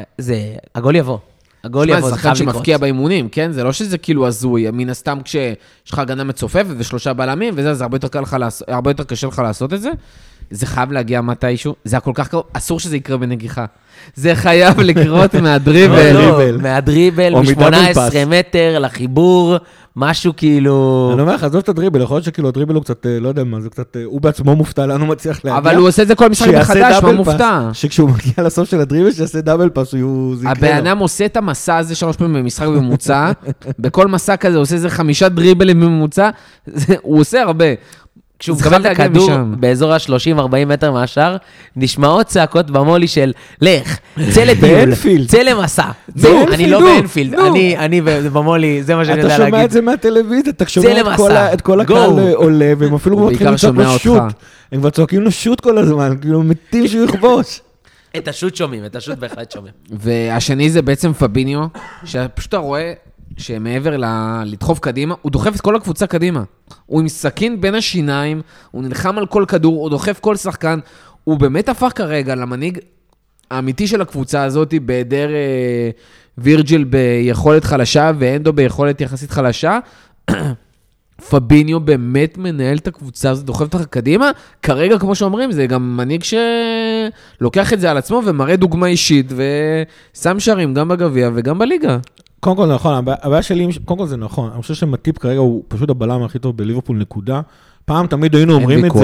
הגול יבוא. הגול יבוא, זה חייב לקרות. שמפקיע באימונים, כן? זה לא שזה כאילו הזוי, מן הסתם כשיש לך הגנה מצופפת ו3 בלמים, וזה הרבה יותר קשה לך לעשות את זה. זה חייב להגיע מתישהו, זה הכל כך קרוב, אסור שזה יקרה בנגיחה. זה חייב לקרות מהדריבל. מהדריבל, מ-18 מטר לחיבור, משהו כאילו... אני אומר לך, עזוב את הדריבל, יכול להיות שכאילו הדריבל הוא קצת, לא יודע מה, זה קצת, הוא בעצמו מופתע, לנו מצליח להגיע. אבל הוא עושה את זה כל משחק מחדש, מה מופתע? שכשהוא מגיע לסוף של הדריבל, שיעשה דאבל פאס, הוא יקרה לו. הבענם עושה את המסע הזה 3 פעמים במשחק בממוצע, בכל מסע כזה הוא עושה איזה 5 דריבלים בממוצע, הוא עושה הרבה. כשהוא מקבל את הכדור באזור ה-30-40 מטר מהשאר, נשמעות צעקות במולי של, לך, צא לטיול, צא למסע. אני לא באנפילד, אני במולי, זה מה שאני יודע להגיד. אתה שומע את זה מהטלוויזיה, אתה שומע את כל הקהל עולה, והם אפילו מתחילים לצעוק לו שוט. הם כבר צועקים לו שוט כל הזמן, כאילו מתים שהוא יכבוש. את השוט שומעים, את השוט בהחלט שומעים. והשני זה בעצם פביניו, שפשוט רואה שמעבר לדחוף קדימה, הוא דוחף את כל הקבוצה קדימה. הוא עם סכין בין השיניים, הוא נלחם על כל כדור, הוא דוחף כל שחקן, הוא באמת הפך כרגע למנהיג האמיתי של הקבוצה הזאת, בהיעדר וירג'יל ביכולת חלשה, ואנדו ביכולת יחסית חלשה. פביניו באמת מנהל את הקבוצה הזאת, דוחף אותך קדימה. כרגע, כמו שאומרים, זה גם מנהיג שלוקח את זה על עצמו, ומראה דוגמה אישית, ושם שערים גם בגביע וגם בליגה. קודם כל, נכון, הבעיה שלי, קודם כל זה נכון, אני חושב שמטיפ כרגע הוא פשוט הבלם הכי טוב בליברפול, נקודה. פעם תמיד היינו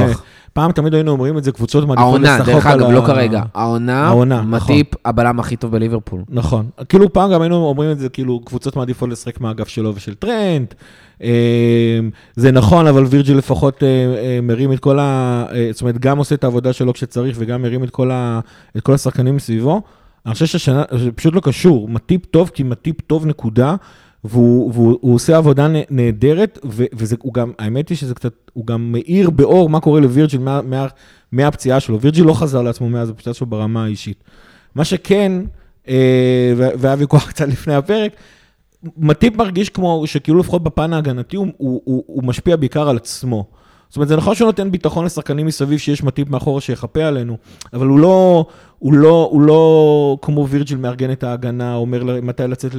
אומרים את זה, קבוצות מעדיפות לשחק על... דרך אגב, לא כרגע. העונה, מטיפ הבלם הכי טוב בליברפול. נכון. כאילו פעם גם היינו אומרים את זה, כאילו קבוצות מעדיפות לשחק מהאגף שלו ושל טרנט. זה נכון, אבל וירג'יל לפחות מרים את כל זאת אומרת, גם עושה את העבודה שלו כשצריך, וגם מרים את כל השחקנים מסביבו. אני חושב שהשנה, זה פשוט לא קשור, מטיפ טוב, כי מטיפ טוב נקודה, והוא עושה עבודה נהדרת, והוא גם, האמת היא שזה קצת, הוא גם מאיר באור מה קורה לווירג'יל מהפציעה שלו. וירג'יל לא חזר לעצמו מאז הפציעה שלו ברמה האישית. מה שכן, והיה ויכוח קצת לפני הפרק, מטיפ מרגיש כמו שכאילו לפחות בפן ההגנתי, הוא משפיע בעיקר על עצמו. זאת אומרת, זה נכון שהוא נותן ביטחון לשחקנים מסביב שיש מטיפ מאחורה שיחפה עלינו, אבל הוא לא כמו וירג'יל מארגן את ההגנה, אומר מתי לצאת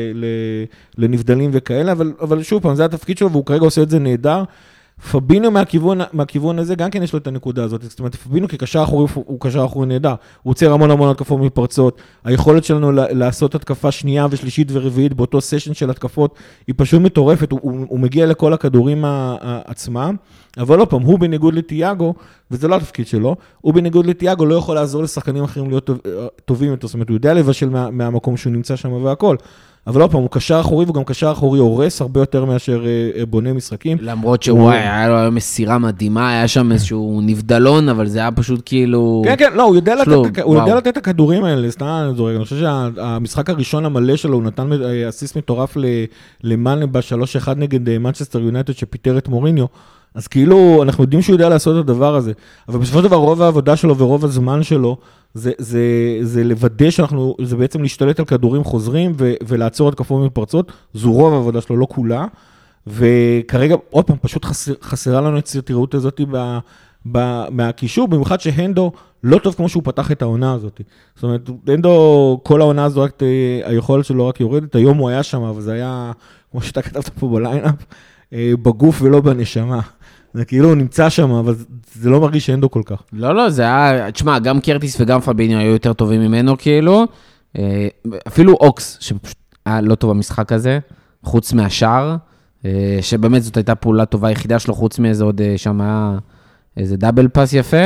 לנבדלים וכאלה, אבל שוב פעם, זה התפקיד שלו, והוא כרגע עושה את זה נהדר. פבינו מהכיוון הזה, גם כן יש לו את הנקודה הזאת. זאת אומרת, פבינו כקשר אחורי, הוא קשר אחורי נהדר. הוא עוצר המון התקפות מפרצות. היכולת שלנו לעשות התקפה שנייה ושלישית ורביעית באותו סשן של התקפות, היא פשוט מטורפת. הוא מגיע לכל הכדורים עצמם, אבל לא פעם, הוא בניגוד לתיאגו, וזה לא התפקיד שלו, הוא בניגוד לתיאגו לא יכול לעזור לשחקנים אחרים להיות טובים יותר. זאת אומרת, הוא יודע לבשל מהמקום שהוא נמצא שם והכל. אבל לא פעם, הוא קשר אחורי, והוא גם קשר אחורי הורס הרבה יותר מאשר בונה משחקים. למרות שהוא היה לו מסירה מדהימה, היה שם איזשהו נבדלון, אבל זה היה פשוט כאילו... כן, לא, הוא יודע לתת את הכדורים האלה, סתם, אני חושב שהמשחק הראשון המלא שלו, הוא נתן אסיסט מטורף למאנה ב-3-1 נגד מנצ'סטר יונייטד, שפיטר את מוריניו, אז כאילו, אנחנו יודעים שהוא יודע לעשות את הדבר הזה, אבל בסופו של דבר, רוב העבודה שלו ורוב הזמן שלו, זה לוודא זה בעצם להשתלט על כדורים חוזרים ולעצור התקפות מפרצות, זו רוב העבודה שלו, לא כולה, וכרגע, עוד פעם, פשוט חסרה לנו את הסרטירות הזאת מהקישור, במיוחד שהנדו לא טוב כמו שהוא פתח את העונה הזאת. זאת אומרת, הנדו, כל העונה הזו, היכולת שלו רק יורדת, היום הוא היה שם, אבל זה היה, כמו שאתה כתבת פה בליינאפ, בגוף ולא בנשמה. זה כאילו הוא נמצא שם, אבל זה לא מרגיש הנדו כל כך. לא, זה היה, תשמע, גם קרטיס וגם פביניו היו יותר טובים ממנו, כאילו, אפילו אוקס, שפשוט היה לא טוב במשחק הזה, חוץ מהשאר, שבאמת זאת הייתה פעולה טובה היחידה שלו, חוץ מאיזה עוד שם היה איזה דאבל פס יפה.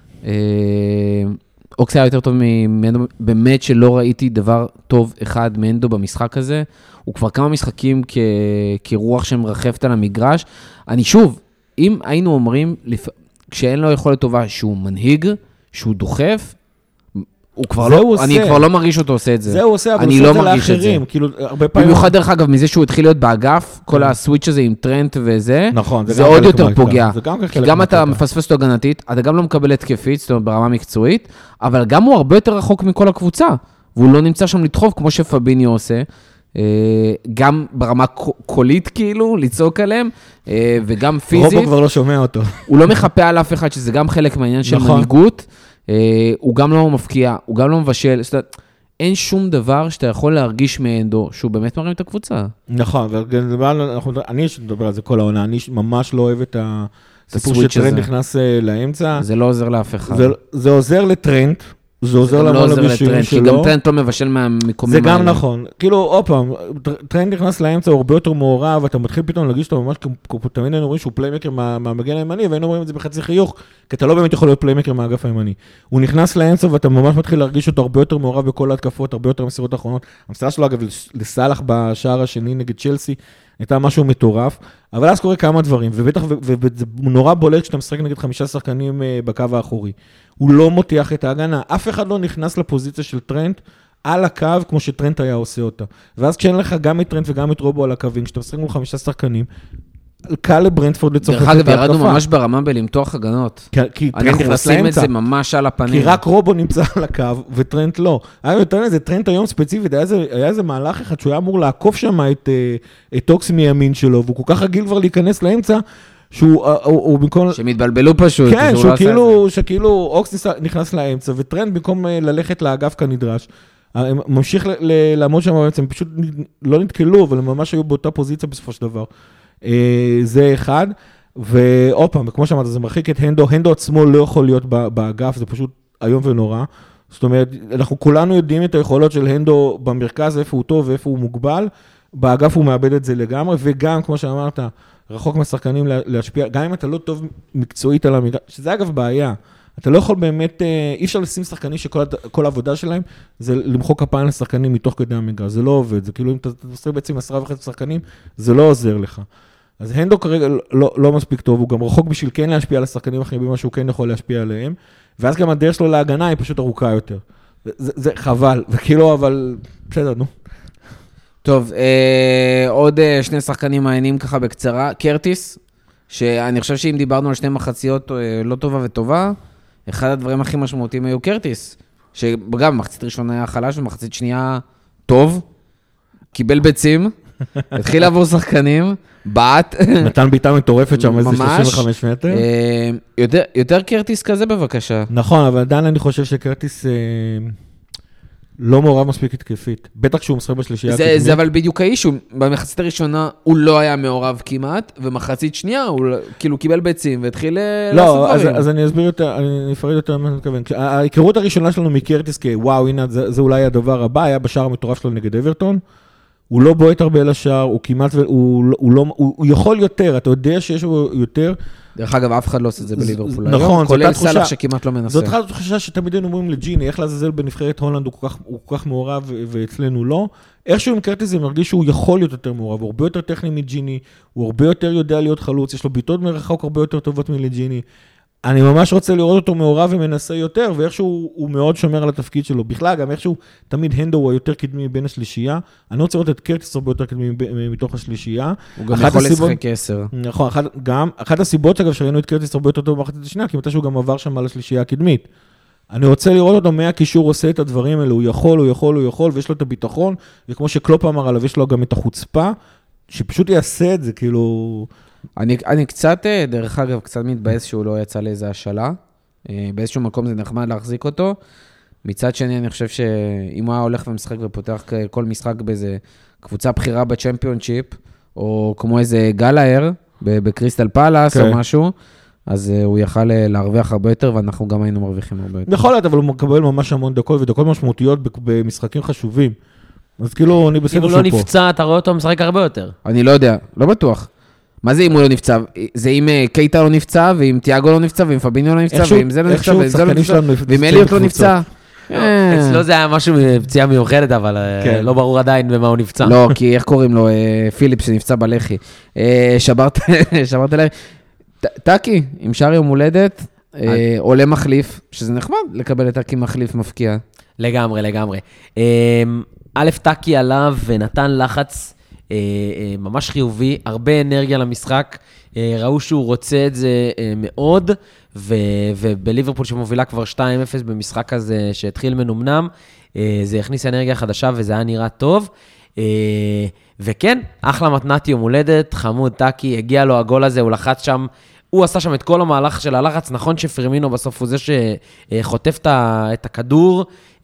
אוקס היה יותר טוב ממנדו, באמת שלא ראיתי דבר טוב אחד מאנדו במשחק הזה, הוא כבר כמה משחקים כרוח שמרחפת על המגרש. אני שוב, אם היינו אומרים, כשאין לו יכולת טובה שהוא מנהיג, שהוא דוחף, אני כבר לא מרגיש אותו עושה את זה. זה הוא עושה, אבל הוא עושה את זה לאחרים. במיוחד דרך אגב, מזה שהוא התחיל להיות באגף, כל הסוויץ' הזה עם טרנט וזה, נכון, זה עוד יותר פוגע. כי גם אתה מפספס אותו הגנתית, אתה גם לא מקבל התקפית, זאת אומרת ברמה מקצועית, אבל גם הוא הרבה יותר רחוק מכל הקבוצה, והוא לא נמצא שם לדחוף כמו שפביניו עושה, גם ברמה קולית כאילו, לצעוק עליהם, וגם פיזית. רובו כבר לא שומע אותו. הוא לא מחפה על אף אחד, שזה גם חלק מהעניין של מנהיגות, הוא גם לא מפקיע, הוא גם לא מבשל, אין שום דבר שאתה יכול להרגיש מאנדו, שהוא באמת מרים את הקבוצה. נכון, אני מדבר על זה כל העונה, אני ממש לא אוהב את הסיפור שטרנד נכנס לאמצע. זה לא עוזר לאף אחד. זה עוזר לטרנד, זה עוזר למון לבישולים שלו. כי גם טרנד לא מבשל מהמקומים האלה. זה גם נכון. כאילו, עוד פעם, טרנד נכנס לאמצע, הוא הרבה יותר מעורב, ואתה מתחיל פתאום להרגיש אותו ממש, תמיד היינו רואים שהוא פליימקר מהמגן הימני, והיינו רואים את זה בחצי חיוך, כי אתה לא באמת יכול להיות פליימקר מהאגף הימני. הוא נכנס לאמצע, ואתה ממש מתחיל להרגיש אותו הרבה יותר מעורב בכל ההתקפות, הרבה יותר מסירות האחרונות. המסירה שלו, אגב, לסלח בשער השני נגד צ'לסי, הייתה משהו מטורף, אבל אז קורה כמה דברים, ובטח, וזה נורא בולט כשאתה משחק נגד 5 שחקנים בקו האחורי. הוא לא מותיח את ההגנה, אף אחד לא נכנס לפוזיציה של טרנט על הקו, כמו שטרנט היה עושה אותה. ואז כשאין לך גם את טרנט וגם את רובו על הקווים, כשאתה משחק מול 5 שחקנים, קל לברנטפורד לצורך דרך אגב, ירדנו ממש ברמה בלמתוח הגנות. כי טרנט נכנס לאמצע. אנחנו עושים את זה ממש על הפנים. כי רק רובו נמצא על הקו, וטרנט לא. היה יותר איזה טרנט היום ספציפית, היה איזה מהלך אחד שהוא היה אמור לעקוף שם את אוקס מימין שלו, והוא כל כך רגיל כבר להיכנס לאמצע, שהוא במקום... שמתבלבלו פשוט. כן, שכאילו אוקס נכנס לאמצע, וטרנט במקום ללכת לאגף כנדרש, ממשיך לעמוד שם, הם פשוט לא נתקלו, אבל הם ממש היו באותה פוזיציה בסופו של דבר. זה אחד, ועוד פעם, וכמו שאמרת, זה מרחיק את הנדו עצמו לא יכול להיות באגף, זה פשוט היום ונורא. זאת אומרת, אנחנו כולנו יודעים את היכולות של הנדו במרכז, איפה הוא טוב ואיפה הוא מוגבל, באגף הוא מאבד את זה לגמרי, וגם, כמו שאמרת, רחוק מהשחקנים להשפיע, גם אם אתה לא טוב מקצועית על המגרש, שזה אגב בעיה, אתה לא יכול באמת, אי אפשר לשים שחקנים שכל העבודה שלהם, זה למחוק כפיים לשחקנים מתוך כדי המגרש, זה לא עובד, זה כאילו אם אתה עושה בעצם 10.5 שחקנים, זה לא עוזר לך. אז הנדו כרגע לא מספיק טוב, הוא גם רחוק בשביל כן להשפיע על השחקנים אחרים, במה שהוא כן יכול להשפיע עליהם, ואז גם הדרך שלו להגנה היא פשוט ארוכה יותר. זה חבל, וכאילו, אבל בסדר, נו. טוב, עוד 2 שחקנים מעניינים ככה בקצרה, קרטיס, שאני חושב שאם דיברנו על 2 מחציות לא טובה וטובה, אחד הדברים הכי משמעותיים היו קרטיס, שגם מחצית ראשונה היה חלש, ומחצית שנייה טוב, קיבל ביצים, התחיל לעבור שחקנים, בעט. נתן ביטה מטורפת שם איזה 35 מטר. יותר קרטיס כזה בבקשה. נכון, אבל עדיין אני חושב שקרטיס לא מעורב מספיק התקפית. בטח שהוא משחק בשלישייה הקדמית. זה אבל בדיוק האישו. במחצית הראשונה הוא לא היה מעורב כמעט, ומחצית שנייה הוא כאילו קיבל ביצים והתחיל לעשות דברים. אז אני אסביר יותר, אני אפרד יותר מה אני מתכוון. ההיכרות הראשונה שלנו מקרטיס כוואו, הנה זה אולי הדבר הבא, היה בשער המטורף שלו נגד אברטון. הוא לא בועט הרבה לשער, הוא כמעט, הוא יכול יותר, אתה יודע שיש לו יותר. דרך אגב, אף אחד לא עושה את זה בליברפול. נכון, כולל סלח שכמעט לא מנסה. זאת תחושה שתמיד היינו אומרים לג'יני, איך לעזאזל בנבחרת הולנד הוא כל כך מעורב ואצלנו לא. איכשהו עם קרטיס זה מרגיש שהוא יכול להיות יותר מעורב, הוא הרבה יותר טכני מג'יני, הוא הרבה יותר יודע להיות חלוץ, יש לו ביטות מרחוק הרבה יותר טובות מלג'יני. אני ממש רוצה לראות אותו מעורב ומנסה יותר, ואיכשהו הוא מאוד שומר על התפקיד שלו. בכלל, גם איכשהו תמיד הנדו הוא יותר קדמי בין השלישייה. אני רוצה לראות את קרטיס הרבה יותר קדמי מתוך השלישייה. הוא גם יכול לשחק 10. נכון, אחת הסיבות, אגב, שראינו את קרטיס הרבה יותר טוב במחצית השנייה, כי מתי שהוא גם עבר שם על השלישייה הקדמית. אני רוצה לראות אותו מהקישור עושה את הדברים האלה, הוא יכול, ויש לו את הביטחון, וכמו שקלופ אמר עליו, יש לו גם את החוצפה, שפשוט יעשה את זה, כאילו... אני קצת, דרך אגב, קצת מתבאס שהוא לא יצא לאיזה השאלה. באיזשהו מקום זה נחמד להחזיק אותו. מצד שני, אני חושב שאם הוא היה הולך ומשחק ופותח כל משחק באיזה קבוצה בחירה בצ'מפיונשיפ, או כמו איזה גלאר בקריסטל פלאס או משהו, אז הוא יכל להרוויח הרבה יותר, ואנחנו גם היינו מרוויחים הרבה יותר. יכול להיות, אבל הוא מקבל ממש המון דקות, ודקות משמעותיות במשחקים חשובים. אז כאילו, אני בסדר שהוא פה. אם הוא לא נפצע, אתה רואה אותו משחק הרבה יותר. אני לא יודע, לא בטוח. מה זה אם הוא לא נפצע? זה אם קייטה לא נפצע, ואם תיאגו לא נפצע, ואם פביניו לא נפצע, ואם זה לא נפצע, ואם זה לא נפצע, ואם אליוט לא נפצע. אצלו זה היה משהו פציעה מיוחדת, אבל לא ברור עדיין במה הוא נפצע. לא, כי איך קוראים לו? פיליפ שנפצע בלחי. שברת להם. טאקי, עם שער יום הולדת, עולה מחליף, שזה נחמד לקבל את טאקי מחליף מפקיע. לגמרי. א', טאקי עליו ונתן לחץ ממש חיובי, הרבה אנרגיה למשחק, ראו שהוא רוצה את זה מאוד, ובליברפול שמובילה כבר 2-0 במשחק הזה שהתחיל מנומנם, זה הכניס אנרגיה חדשה וזה היה נראה טוב, וכן, אחלה מתנת יום הולדת, חמוד טאקי, הגיע לו הגול הזה, הוא לחץ שם, הוא עשה שם את כל המהלך של הלחץ, נכון שפרמינו בסוף הוא זה שחוטף את הכדור,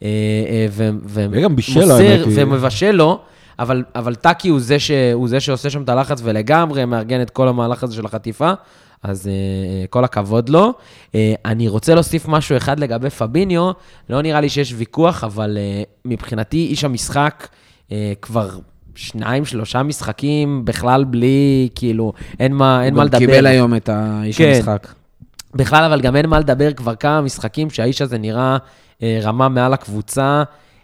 ומוסר ומבשל לו, אבל טאקי הוא זה שעושה שם את הלחץ, ולגמרי מארגן את כל המהלך הזה של החטיפה, אז כל הכבוד לו. אני רוצה להוסיף משהו אחד לגבי פביניו, לא נראה לי שיש ויכוח, אבל מבחינתי איש המשחק כבר 2-3 משחקים, בכלל בלי, כאילו, אין מה לדבר. הוא קיבל היום את האיש המשחק. בכלל, אבל גם אין מה לדבר כבר כמה משחקים, שהאיש הזה נראה רמה מעל הקבוצה,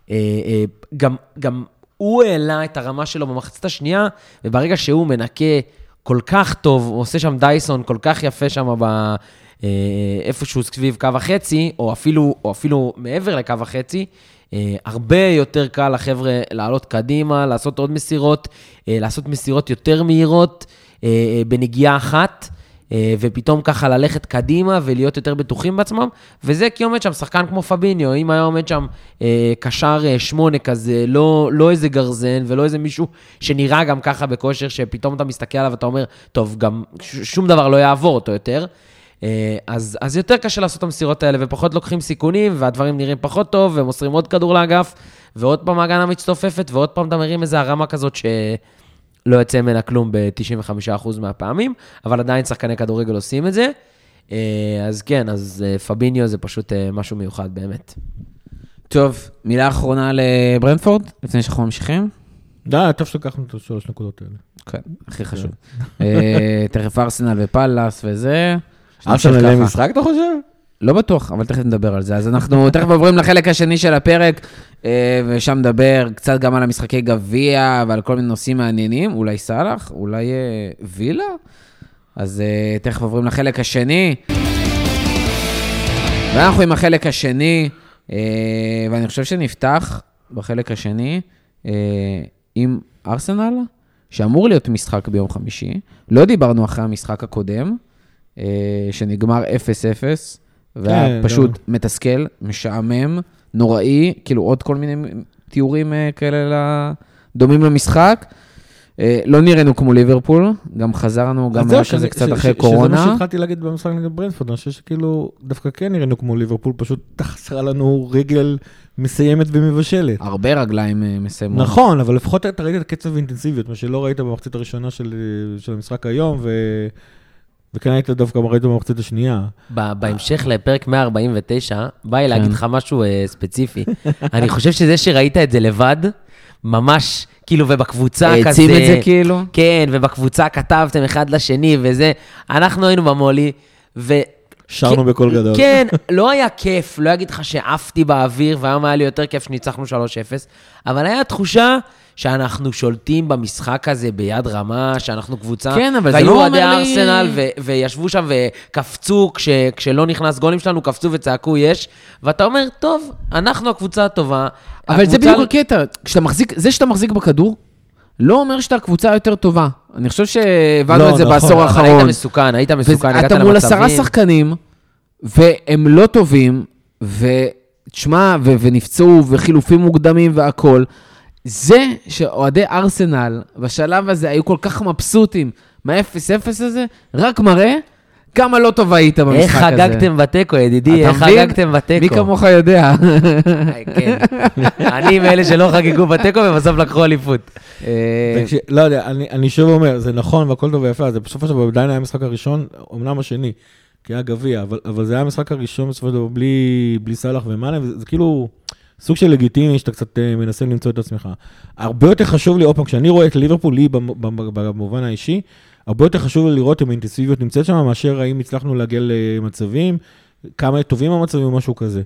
גם הוא העלה את הרמה שלו במחצית השנייה, וברגע שהוא מנקה כל כך טוב, הוא עושה שם דייסון כל כך יפה שם איפשהו סביב קו החצי, או אפילו מעבר לקו החצי, הרבה יותר קל לחבר'ה לעלות קדימה, לעשות עוד מסירות, לעשות מסירות יותר מהירות, בנגיעה אחת, ופתאום ככה ללכת קדימה ולהיות יותר בטוחים בעצמם, וזה כי עומד שם שחקן כמו פביניו, אם היה עומד שם קשר 8 כזה, לא איזה גרזן ולא איזה מישהו שנראה גם ככה בכושר, שפתאום אתה מסתכל עליו ואתה אומר, טוב, גם שום דבר לא יעבור אותו יותר, אז יותר קשה לעשות את המסירות האלה, ופחות לוקחים סיכונים, והדברים נראים פחות טוב, ומוסרים עוד כדור לאגף, ועוד פעם ההגנה מצטופפת, ועוד פעם אתה מרים איזו הרמה כזאת לא יוצא ממנה כלום ב-95% מהפעמים, אבל עדיין שחקני כדורגל עושים את זה. אז כן, אז פביניו זה פשוט משהו מיוחד באמת. טוב, מילה אחרונה לברנפורד, לפני שאנחנו ממשיכים. טוב שלקחנו את 3 נקודות האלה. כן, הכי חשוב. תכף ארסנל ופלאס וזה. ארסנל עליהם משחק, אתה חושב? לא בטוח, אבל תכף נדבר על זה. אז אנחנו תכף עוברים לחלק השני של הפרק, ושם נדבר קצת גם על המשחקי גביע, ועל כל מיני נושאים מעניינים, אולי סלח, אולי וילה. אז תכף עוברים לחלק השני. ואנחנו עם החלק השני, ואני חושב שנפתח בחלק השני, עם ארסנל, שאמור להיות משחק ביום חמישי. לא דיברנו אחרי המשחק הקודם, שנגמר 0-0, והיה פשוט מתסכל, משעמם, נוראי, כאילו עוד כל מיני תיאורים כאלה דומים למשחק. לא נראינו כמו ליברפול, גם חזרנו, גם היה כזה קצת אחרי קורונה. שזה מה שהתחלתי להגיד במשחק נגד ברנפורד, אני חושב שכאילו דווקא כן נראינו כמו ליברפול, פשוט תחסרה לנו רגל מסיימת ומבשלת. הרבה רגליים מסיימות. נכון, אבל לפחות אתה ראית את קצב אינטנסיביות, מה שלא ראית במחצית הראשונה של המשחק היום, וכן היית דווקא ראית במחצית השנייה. בהמשך לפרק 149, באי להגיד לך משהו ספציפי. אני חושב שזה שראית את זה לבד, ממש, כאילו, ובקבוצה כזה... העצים את זה כאילו? כן, ובקבוצה כתבתם אחד לשני וזה. אנחנו היינו במולי, שרנו בכל גדול. כן, לא היה כיף, לא אגיד לך שעפתי באוויר, והיום היה לי יותר כיף שניצחנו 3-0, אבל היה תחושה שאנחנו שולטים במשחק הזה ביד רמה, שאנחנו קבוצה, כן, אבל זה לא אומר לי... ארסנל, וישבו שם וקפצו, כשלא נכנס גולים שלנו, קפצו וצעקו יש, ואתה אומר, טוב, אנחנו הקבוצה הטובה. אבל זה בדיוק הקטע, זה שאתה מחזיק בכדור, לא אומר שאתה הקבוצה יותר טובה. אני חושב שהבנו את זה בעשור האחרון. היית מסוכן, הגעת למצבים. אתה מול 10 שחקנים, והם לא טובים, ותשמע, ונפצעו, וחילופים מוקדמים והכל, זה שאוהדי ארסנל בשלב הזה היו כל כך מבסוטים מה-0-0 הזה, רק מראה כמה לא טוב היית במשחק הזה. איך חגגתם בתיקו, ידידי, איך חגגתם בתיקו. מי כמוך יודע. כן. אני מאלה שלא חגגו בתיקו ובסוף לקחו אליפות. לא יודע, אני שוב אומר, זה נכון והכל טוב ויפה, זה בסופו של דבר עדיין היה המשחק הראשון, אמנם השני, כי היה גביע, אבל זה היה המשחק הראשון בסופו של דבר בלי סלאח ומאנה, וזה כאילו סוג של לגיטימי שאתה קצת מנסה למצוא את עצמך. הרבה יותר חשוב לי, אופן, כשאני רואה את ליברפול, לי במובן האישי, הרבה יותר חשוב לי לראות אם האינטנסיביות נמצאת שם, מאשר האם הצלחנו להגיע למצבים, כמה טובים המצבים או משהו כזה.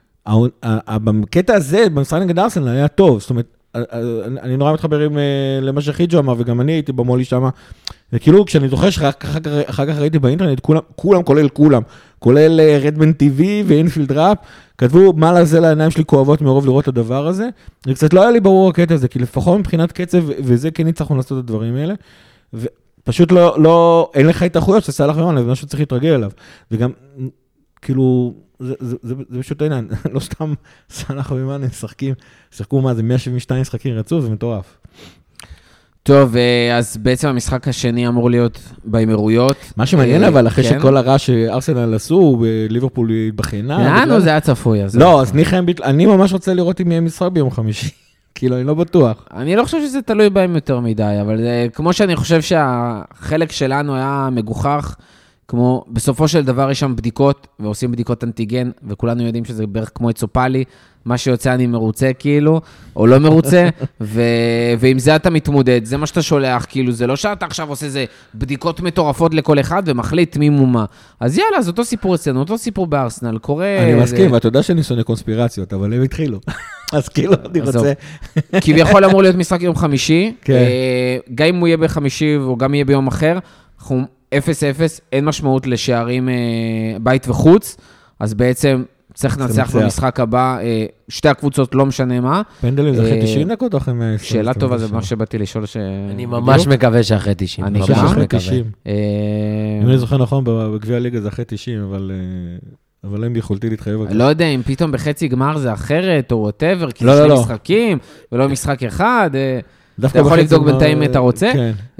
בקטע הזה, במשחק נגד ארסנל היה טוב, זאת אומרת, אני נורא מתחבר למה שחיג'ו אמר, וגם אני הייתי במולי שם, וכאילו כשאני זוכר שאחר כך ראיתי באינטרנט, כולם, כולל רדמן טיווי ואינפילד ראפ, כתבו מה לזה לעיניים שלי כואבות מרוב לראות את הדבר הזה, וקצת לא היה לי ברור הקטע הזה, כי לפחות מבחינת קצב, וזה כן הצלחנו לעשות את הדברים האלה, ופשוט לא, אין לך התאחויות של סלאח ומאנה, זה משהו שצריך להתרגל אליו, וגם, כאילו, זה פשוט העניין, לא סתם סלאח ומאנה שחקו מה, זה 172 משחקים רצוף, זה מטורף. טוב, אז בעצם המשחק השני אמור להיות באמירויות. מה שמעניין אבל, אחרי שכל הרעש שארסנל עשו, ליברפול התבחנה. לא, זה היה צפוי. לא, אז אני ממש רוצה לראות אם יהיה משחק ביום חמישי. כאילו, אני לא בטוח. אני לא חושב שזה תלוי בהם יותר מדי, אבל כמו שאני חושב שהחלק שלנו היה מגוחך, כמו בסופו של דבר יש שם בדיקות, ועושים בדיקות אנטיגן, וכולנו יודעים שזה בערך כמו אצופלי, מה שיוצא אני מרוצה כאילו, או לא מרוצה, ועם זה אתה מתמודד, זה מה שאתה שולח, כאילו, זה לא שאתה עכשיו עושה איזה בדיקות מטורפות לכל אחד, ומחליט מי מומה. אז יאללה, זה אותו סיפור אצלנו, אותו סיפור בארסנל, קורה... אני מסכים, ואתה יודע שאני שונא קונספירציות, אבל הם התחילו. אז כאילו, אני רוצה... כביכול אמור להיות משחק יום חמישי, גם אם הוא יהיה בחמישי, או גם יהיה ביום אחר, אנחנו 0-0, אין משמעות לשערים בית וחוץ, אז בעצם צריך לנצח במשחק הבא, שתי הקבוצות לא משנה מה. פנדלים זה אחרי 90 דקות או אחרי 100? שאלה טובה, זה מה שבאתי לשאול אני ממש מקווה שאחרי 90. אני ממש מקווה. אם אני זוכר נכון, בגביע הליגה זה אחרי 90, אבל אין ביכולתי להתחייב. לא יודע אם פתאום בחצי גמר זה אחרת, או whatever, כי זה שני משחקים, ולא משחק אחד. אתה יכול לבדוק בינתיים אם אתה רוצה.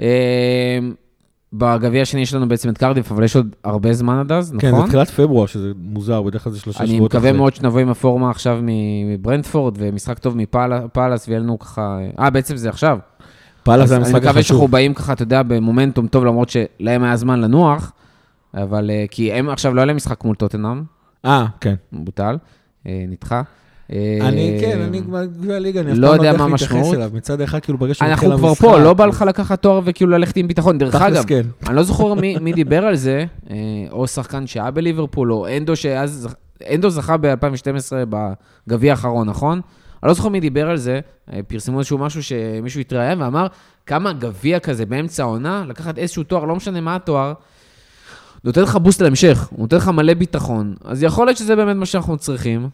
בגביע השני יש לנו בעצם את קרדיף, אבל יש עוד הרבה זמן עד אז, נכון? כן, זה תחילת פברואר, שזה מוזר, בדרך כלל זה 3 שבועות אחרי. אני מקווה מאוד שנבוא עם הפורמה עכשיו מברנדפורד, ומשחק טוב מפאלס, ויהיה לנו ככה... בעצם זה עכשיו. פאלס זה המשחק החשוב. אני מקווה שאנחנו באים ככה, אתה יודע, במומנטום טוב, למרות שלהם היה זמן לנוח, אבל כי הם עכשיו לא היה להם משחק מול טוטנהאם. כן. בוטל, נדחה. אני גביע הליגה, אני לא יודע מה המשמעות. מצד אחד, כאילו, ברגע שהוא אנחנו כבר פה, לא בא לך לקחת תואר וכאילו ללכת עם ביטחון. דרך אגב, אני לא זוכר מי דיבר על זה, או שחקן שהיה בליברפול, או אנדו זכה ב-2012 בגביע האחרון, נכון? אני לא זוכר מי דיבר על זה, פרסמו איזשהו משהו שמישהו התראיין ואמר, כמה גביע כזה באמצע העונה, לקחת איזשהו תואר, לא משנה מה התואר, נותן לך בוסט להמשך, הוא נותן לך מלא ביטחון, אז יכול להיות שזה באמת מה שאנחנו צריכים,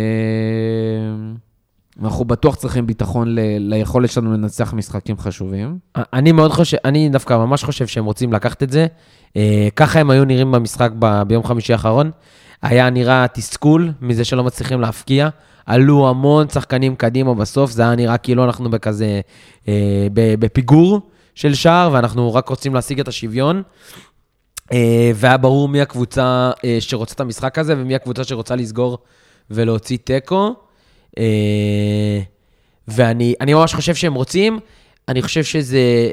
ואנחנו בטוח צריכים ביטחון ליכולת שלנו לנצח משחקים חשובים. אני דווקא ממש חושב שהם רוצים לקחת את זה, ככה הם היו נראים במשחק ביום חמישי האחרון, היה נראה תסכול מזה שלא מצליחים להפקיע, עלו המון שחקנים קדימה בסוף, זה היה נראה כאילו אנחנו בכזה, בפיגור של שער, ואנחנו רק רוצים להשיג את השוויון, והיה ברור מי הקבוצה שרוצה את המשחק הזה, ומי הקבוצה שרוצה לסגור ולהוציא טקו, ואני ממש חושב שהם רוצים, אני חושב שזה,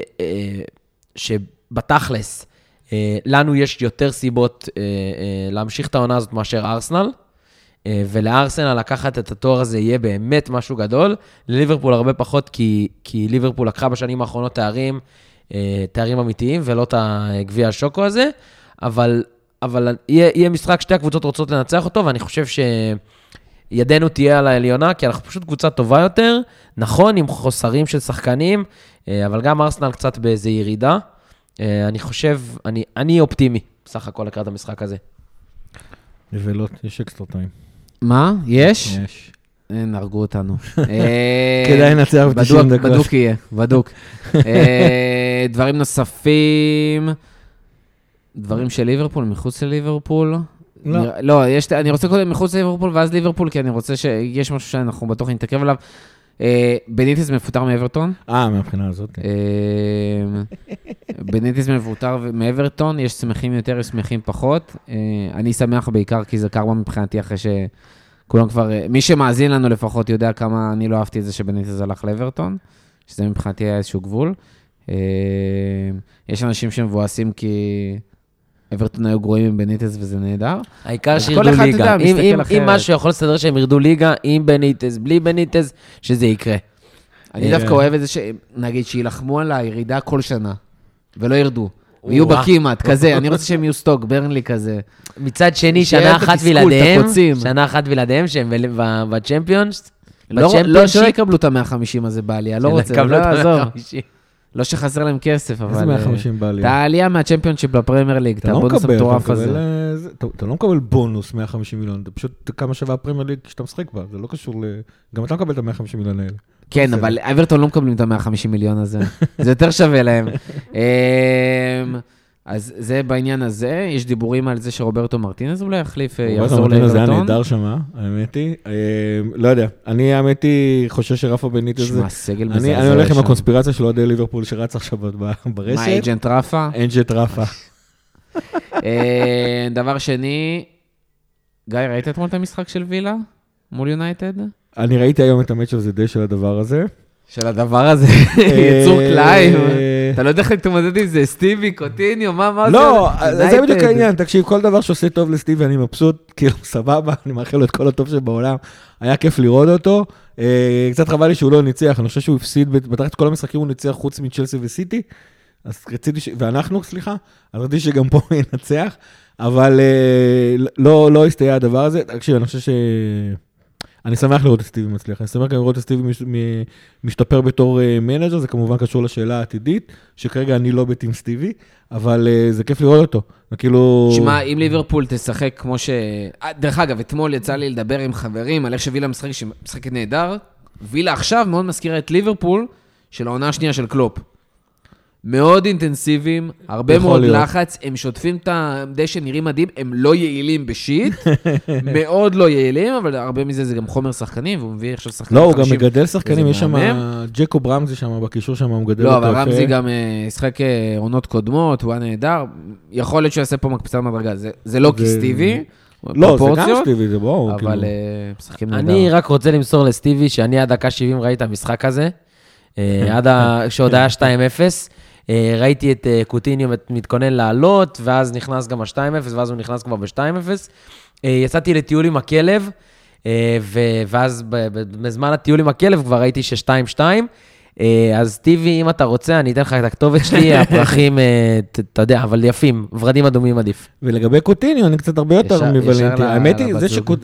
שבתכלס, לנו יש יותר סיבות להמשיך את העונה הזאת מאשר ארסנל, ולארסנל לקחת את התואר הזה יהיה באמת משהו גדול, לליברפול הרבה פחות, כי ליברפול לקחה בשנים האחרונות תארים אמיתיים, ולא את הגביע השוקו הזה, אבל יהיה משחק, שתי הקבוצות רוצות לנצח אותו, ואני חושב שידנו תהיה על העליונה, כי אנחנו פשוט קבוצה טובה יותר, נכון, עם חוסרים של שחקנים, אבל גם ארסנל קצת באיזו ירידה, אני חושב, אני אופטימי, בסך הכל לקראת המשחק הזה. נבלות, יש אקסטרה טיים. מה? יש? יש. נהרגו אותנו. כדאי נצח ב-90 דקות. בדוק יהיה, בדוק. דברים נוספים, דברים של ליברפול, מחוץ לליברפול, לא, אני רוצה קודם מחוץ ליברפול ואז ליברפול, כי אני רוצה שיש משהו שאנחנו בטוח נתעכב עליו. בניטס מפוטר מאברטון. מהבחינה הזאת. בניטס מפוטר מאברטון, יש שמחים יותר, יש שמחים פחות. אני שמח בעיקר, כי זה קרמה מבחינתי אחרי שכולם כבר, מי שמאזין לנו לפחות יודע כמה אני לא אהבתי את זה שבניטס הלך לאברטון, שזה מבחינתי היה איזשהו גבול. יש אנשים שמבואסים כי אברטון היו גרועים עם בניטס וזה נהדר. העיקר שירדו ליגה. אם משהו יכול לסדר שהם ירדו ליגה, עם בניטס, בלי בניטס, שזה יקרה. אני דווקא אוהב את זה שנגיד שילחמו על הירידה כל שנה, ולא ירדו. ויהיו בכמעט, כזה, אני רוצה שהם יהיו סטוק, ברנלי כזה. מצד שני, שנה אחת בלעדיהם, שהם בצ'מפיונס. לא שיקבלו את ה-150 הזה בעלייה, לא רוצה, לא יעזור. לא שחסר להם כסף, אבל... איזה 150 בעלייה? את העלייה מהצ'מפיונשיפ לפרמייר ליג, את הבונוס המטורף הזה. אתה לא מקבל בונוס 150 מיליון, אתה פשוט כמה שווה הפרמייר ליג שאתה משחק בה, זה לא קשור ל... גם אתה מקבל את ה-150 מיליון האלה. כן, אבל אברטון לא מקבלים את ה-150 מיליון הזה, זה יותר שווה להם. אז זה בעניין הזה, יש דיבורים על זה שרוברטו מרטינז אולי יחליף, יחזור לאברטון. זה היה נהדר שמה, האמת היא. לא יודע, אני האמת היא חושב שרפה בניטס זה... שמע, סגל מזעזע שם. אני הולך עם הקונספירציה של אוהדי ליברפול שרץ עכשיו ברשת. מה, אג'נט רפה? אג'נט רפה. דבר שני, גיא, ראית אתמול את המשחק של וילה מול יונייטד? אני ראיתי היום את המאץ' הזה די של הדבר הזה. של הדבר הזה, יצור קליים. אתה לא יודע איך להתמודד עם זה, סטיבי, קוטיניו, מה זה? לא, זה בדיוק העניין, תקשיב, כל דבר שעושה טוב לסטיבי, אני מבסוט, כאילו, סבבה, אני מאחל לו את כל הטוב שבעולם, היה כיף לראות אותו, קצת חבל לי שהוא לא ניצח, אני חושב שהוא הפסיד, בתחילת כל המשחקים הוא ניצח חוץ מצ'לסי וסיטי, אז רציתי, ואנחנו, סליחה, אז רציתי שגם פה ינצח, אבל לא הסתייע הדבר הזה, תקשיב, אני חושב אני שמח לראות את סטיבי מצליח, אני שמח גם לראות את סטיבי משתפר בתור מנג'ר, זה כמובן קשור לשאלה העתידית, שכרגע אני לא בטים סטיבי, אבל זה כיף לראות אותו. כאילו... שמע, אם ליברפול תשחק כמו ש... דרך אגב, אתמול יצא לי לדבר עם חברים על איך שווילה משחקת נהדר, וילה עכשיו מאוד מזכירה את ליברפול של העונה השנייה של קלופ. מאוד אינטנסיביים, הרבה מאוד לחץ, הם שוטפים את הדשא, נראים מדהים, הם לא יעילים בשיט, מאוד לא יעילים, אבל הרבה מזה זה גם חומר שחקנים, והוא מביא עכשיו שחקנים. לא, הוא גם מגדל שחקנים, יש שם, ג'קוב רמזי שם, בקישור שם, הוא מגדל אותו. לא, אבל רמזי גם שחק עונות קודמות, הוא היה נהדר, יכול להיות שהוא יעשה פה מקפיצה מדרגה, זה לא כסטיבי, לא, זה גם סטיבי, זה בואו. אבל משחקים נהדר. אני רק רוצה למסור לסטיבי, שאני עד דקה 70 ראיתי את המשחק הזה, עד שעוד היה 2-0, ראיתי את קוטיניו מתכונן לעלות, ואז נכנס גם ה-2-0, ואז הוא נכנס כבר ב-2-0. יצאתי לטיול עם הכלב, ואז בזמן הטיול עם הכלב כבר ראיתי ש-2-2. אז טיבי, אם אתה רוצה, אני אתן לך את הכתובת שלי, הפרחים, אתה יודע, אבל יפים, ורדים אדומים עדיף. ולגבי קוטיניו, אני קצת הרבה יותר אמביוולנטי. האמת היא,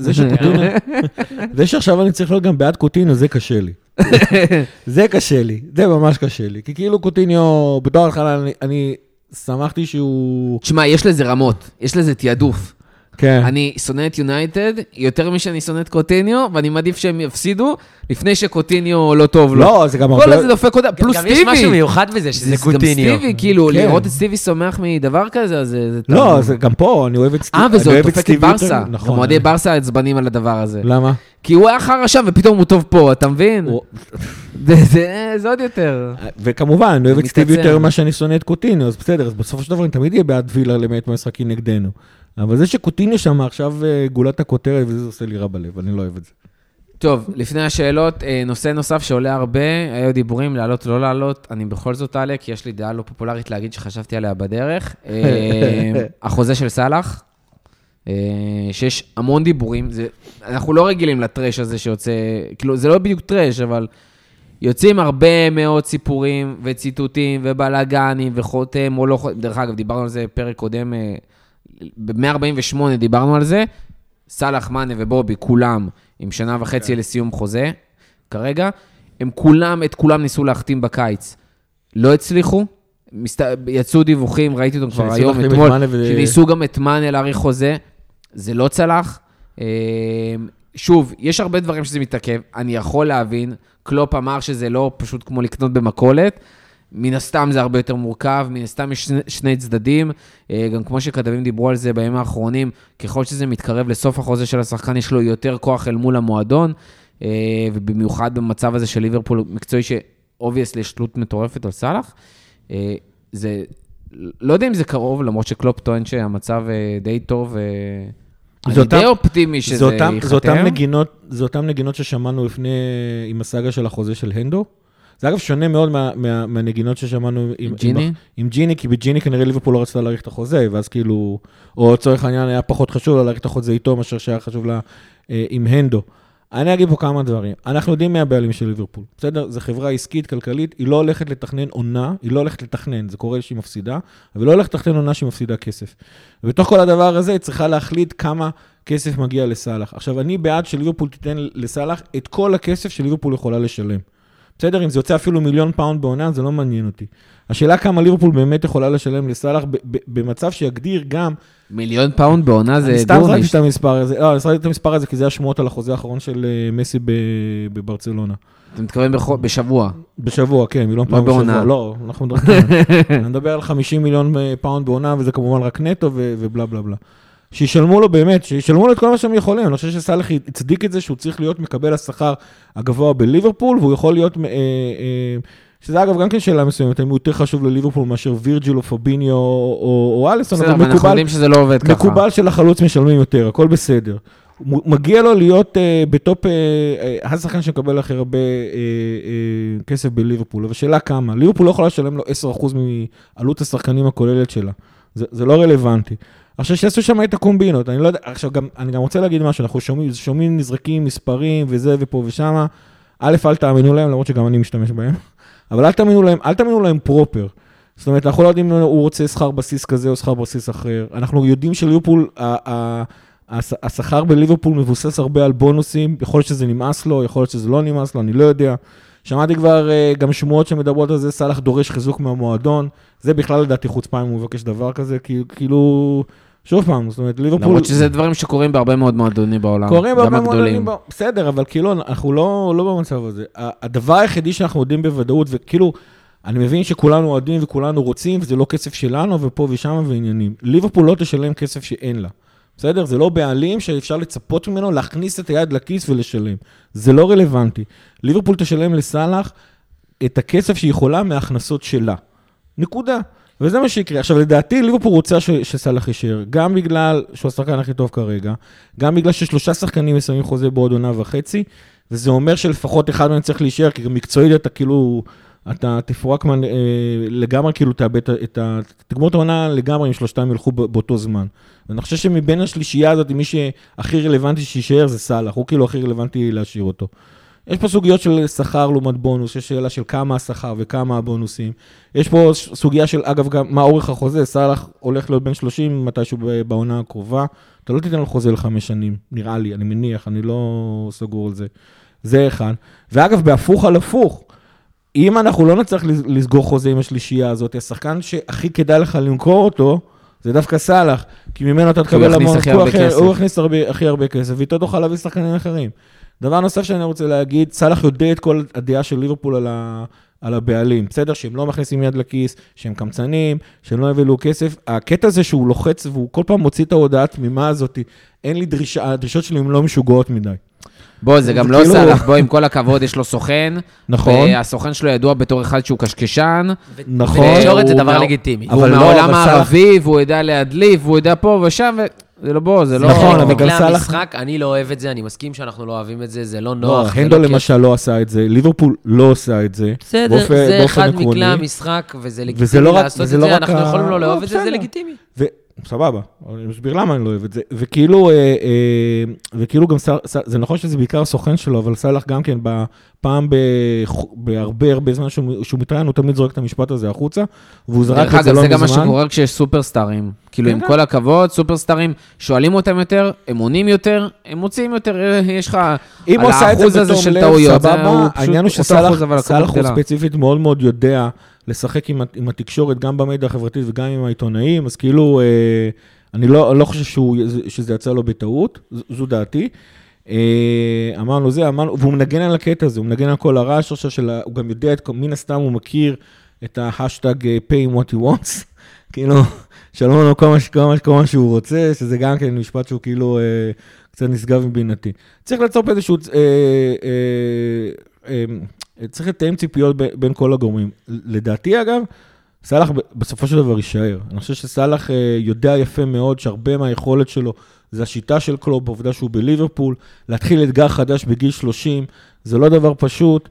זה שעכשיו אני צריך להיות גם בעד קוטיניו, זה קשה לי. זה קשה לי, זה ממש קשה לי. כי כאילו קוטיניו, בתור התחלה, אני שמחתי שהוא... תשמע, יש לזה רמות, יש לזה תיעדוף. כן. אני שונא את יונייטד, יותר משאני שונא את קוטיניו, ואני מעדיף שהם יפסידו, לפני שקוטיניו לא טוב לו. לא, זה גם הרבה... כל הזה דופק אותה, פלוס סטיבי. גם יש משהו מיוחד בזה, שזה קוטיניו. גם סטיבי, כאילו, לראות את סטיבי שמח מדבר כזה, זה... לא, גם פה, אני אוהב את סטיבי. וזה עוד דופק את ברסה. גם מועדי ברסה עצבנים על הדבר הזה. למה? כי הוא היה חרא שם, ופתאום הוא טוב פה, אתה מבין? זה עוד יותר. וכמובן, אני אוהב את סטיבי יותר מה שאני שונא את קוטיניו, אז בסדר, אז בסופו של דבר אני תמיד אהיה בעד וילה למעט מהמשחקים נגדנו. אבל זה שקוטיניו שם עכשיו גולת הכותרת, וזה עושה לי רע בלב, אני לא אוהב את זה. טוב, לפני השאלות, נושא נוסף שעולה הרבה, היו דיבורים לעלות, לא לעלות, אני בכל זאת אעלה, כי יש לי דעה לא פופולרית להגיד שחשבתי עליה בדרך. החוזה של סלאח, שיש המון דיבורים, אנחנו לא רגילים לטרש הזה שיוצא, כאילו זה לא בדיוק טרש, אבל יוצאים הרבה מאוד סיפורים וציטוטים ובלגנים וחותם או לא חותם, דרך אגב, דיברנו על זה פרק קודם, ב-148 דיברנו על זה, סלאח, מאנה ובובי, כולם עם שנה וחצי לסיום חוזה, כרגע, הם כולם, את כולם ניסו להחתים בקיץ. לא הצליחו, יצאו דיווחים, ראיתי אותם כבר היום, אתמול, שניסו גם את מאנה להאריך חוזה, זה לא צלח. שוב, יש הרבה דברים שזה מתעכב, אני יכול להבין, קלופ אמר שזה לא פשוט כמו לקנות במכולת, מן הסתם זה הרבה יותר מורכב, מן הסתם יש שני צדדים, גם כמו שכתבים דיברו על זה בימים האחרונים, ככל שזה מתקרב לסוף החוזה של השחקן, יש לו יותר כוח אל מול המועדון, ובמיוחד במצב הזה של ליברפול מקצועי, שאובייסלי יש תלות מטורפת על סלאח, זה, לא יודע אם זה קרוב, למרות שקלופ טוען שהמצב די טוב, אני די אופטימי שזה ייחתם. זה אותם נגינות ששמענו לפני, עם הסאגה של החוזה של הנדו. זה אגב שונה מאוד מהנגינות ששמענו עם ג'יני, כי בג'יני כנראה ליברפול לא רצתה להאריך את החוזה, ואז כאילו, או צורך העניין היה פחות חשוב לה להאריך את החוזה איתו, מאשר שהיה חשוב לה עם הנדו. אני אגיד פה כמה דברים. אנחנו יודעים מי הבעלים של ליברפול. בסדר? זו חברה עסקית, כלכלית, היא לא הולכת לתכנן עונה, היא לא הולכת לתכנן, זה קורה שהיא מפסידה, אבל לא הולכת לתכנן עונה שהיא מפסידה כסף. ובתוך כל הדבר הזה, היא צריכה להחליט כמה כסף מגיע לסלאח. עכשיו, אני בעד שליברפול תיתן לסלאח את כל הכסף שליברפול יכולה לשלם. בסדר? אם זה יוצא אפילו £1,000,000 בעונה, זה לא מעניין אותי. השאלה כמה ליברפול באמת יכולה לשלם לסלאח במצב שיגדיר גם £1,000,000 בעונה זה גורניש. אני סתם זרקתי את המספר הזה, לא, אני זרקתי את המספר הזה כי זה השמועות על החוזה האחרון של מסי בברצלונה. אתה מתכוון בשבוע? בשבוע, כן, £1,000,000 בשבוע. לא, אנחנו מדברים. אני מדבר על £50,000,000 בעונה, וזה כמובן רק נטו ובלה בלה בלה. שישלמו לו באמת, שישלמו לו את כל מה שהם יכולים. אני חושב שסלאח הצדיק את זה שהוא צריך להיות מקבל השכר הגבוה בליברפול, והוא יכול להיות, שזה אגב גם כן שאלה מסוימת, אם הוא יותר חשוב לליברפול מאשר וירג'יל או פביניו או אליסון, אבל אנחנו יודעים שזה לא עובד ככה. מקובל של החלוץ משלמים יותר, הכל בסדר. מגיע לו להיות בטופ, השחקן שמקבל הכי הרבה כסף בליברפול, אבל שאלה כמה, ליברפול לא יכולה לשלם לו 10% מעלות השחקנים הכוללת שלה, זה לא רלוונטי. עכשיו שיעשו שם את הקומבינות, אני לא יודע, עכשיו אני גם רוצה להגיד משהו, אנחנו שומעים נזרקים מספרים וזה ופה ושמה, א', אל תאמינו להם, למרות שגם אני משתמש בהם, אבל אל תאמינו להם פרופר. זאת אומרת, אנחנו לא יודעים אם הוא רוצה שכר בסיס כזה או שכר בסיס אחר. אנחנו יודעים שליברפול, השכר בליברפול מבוסס הרבה על בונוסים, יכול להיות שזה נמאס לו, יכול להיות שזה לא נמאס לו, אני לא יודע. שמעתי כבר גם שמועות שמדברות על זה, סלאח דורש חיזוק מהמועדון, זה בכלל לדעתי חוצפה אם הוא מבקש דבר כזה, כאילו, שוב פעם, זאת אומרת, ליברפול... למרות שזה דברים שקורים בהרבה מאוד מועדונים בעולם, קורים בהרבה מועדונים, בסדר, אבל כאילו, אנחנו לא במצב הזה. הדבר היחידי שאנחנו יודעים בוודאות, וכאילו, אני מבין שכולנו אוהדים וכולנו רוצים, וזה לא כסף שלנו, ופה ושם ועניינים. ליברפול לא תשלם כסף שאין לה. בסדר? זה לא בעלים שאפשר לצפות ממנו להכניס את היד לכיס ולשלם. זה לא רלוונטי. ליברפול תשלם לסלאח את הכסף שהיא יכולה מההכנסות שלה. נקודה. וזה מה שיקרה. עכשיו, לדעתי, ליברפול רוצה שסלאח יישאר, גם בגלל שהוא השחקן הכי טוב כרגע, גם בגלל ששלושה שחקנים מסיימים חוזה בעוד עונה וחצי, וזה אומר שלפחות אחד מהם צריך להישאר, כי גם מקצועית אתה כאילו, אתה תפורק לגמרי, כאילו תגמור את העונה לגמרי אם שלושתם ילכו באותו זמן. ואני חושב שמבין השלישייה הזאת, מי שהכי רלוונטי שישאר זה סלאח, הוא כאילו הכי רלוונטי להשאיר אותו. יש פה סוגיות של שכר לעומת בונוס, יש שאלה של כמה השכר וכמה הבונוסים. יש פה סוגיה של, אגב, גם מה אורך החוזה, סלאח הולך להיות בין 30 מתישהו בעונה הקרובה, אתה לא תיתן לו חוזה ל5 שנים, נראה לי, אני מניח, אני לא סגור על זה. זה אחד. ואגב, בהפוך על הפוך, אם אנחנו לא נצטרך לסגור חוזה עם השלישייה הזאת, השחקן שהכי כדאי לך למכור אותו, זה דווקא סלאח, כי ממנו אתה תקבל המון, הוא יכניס הכי הרבה כסף, ואיתו תוכל להביא שחקנים אחרים. דבר נוסף שאני רוצה להגיד, סלאח יודע את כל הדעה של ליברפול על הבעלים, בסדר? שהם לא מכניסים יד לכיס, שהם קמצנים, שהם לא יבלו כסף. הקטע הזה שהוא לוחץ והוא כל פעם מוציא את ההודעה התמימה הזאת, אין לי דרישה, הדרישות שלי הן לא משוגעות מדי. בוא, זה גם לא סלאח, בוא, עם כל הכבוד, יש לו סוכן. נכון. והסוכן שלו ידוע בתור אחד שהוא קשקשן. נכון. ותקשורת זה דבר לגיטימי. הוא מהעולם הערבי, והוא יודע להדליף, והוא יודע פה ושם, זה לא בוא, זה לא... נכון, אבל גם בכלי סלאח... המשחק, אני לא אוהב את זה, אני מסכים שאנחנו לא אוהבים את זה, זה לא נוח. הנדו למשל לא עשה את זה, ליברפול לא עושה את זה. בסדר, זה אחד מכלי המשחק, וזה לגיטימי לעשות את זה, אנחנו יכולים לא לאהוב את זה, זה לגיטימי. סבבה, אני מסביר למה אני לא אוהב את זה, וכאילו גם, זה נכון שזה בעיקר הסוכן שלו, אבל סלאח גם כן, פעם בהרבה זמן שהוא מתראיין, הוא תמיד זורק את המשפט הזה החוצה, והוא זרק את זה לא מזמן. זה גם מה שקורה כשיש סופרסטארים, כאילו עם כל הכבוד, סופרסטארים שואלים אותם יותר, הם עונים יותר, הם מוצאים יותר, יש לך על האחוז הזה של טעויות, העניין הוא שסלאח הוא ספציפית מאוד מאוד יודע, לשחק עם התקשורת, גם במדיה החברתית וגם עם העיתונאים, אז כאילו, אני לא חושב שזה יצא לו בטעות, זו דעתי. אמרנו זה, והוא מנגן על הקטע הזה, הוא מנגן על כל הרעש, הוא גם יודע, מן הסתם הוא מכיר את ההשטג pay what he wants, כאילו, שלום לנו כל מה שהוא רוצה, שזה גם כן משפט שהוא כאילו קצת נשגב מבינתי. צריך ליצור פה איזשהו, צריך לתאם ציפיות בין כל הגורמים. לדעתי אגב, סלאח בסופו של דבר יישאר. אני חושב שסלאח יודע יפה מאוד שהרבה מהיכולת שלו, זה השיטה של קלופ, העובדה שהוא בליברפול, להתחיל אתגר חדש בגיל 30, זה לא דבר פשוט.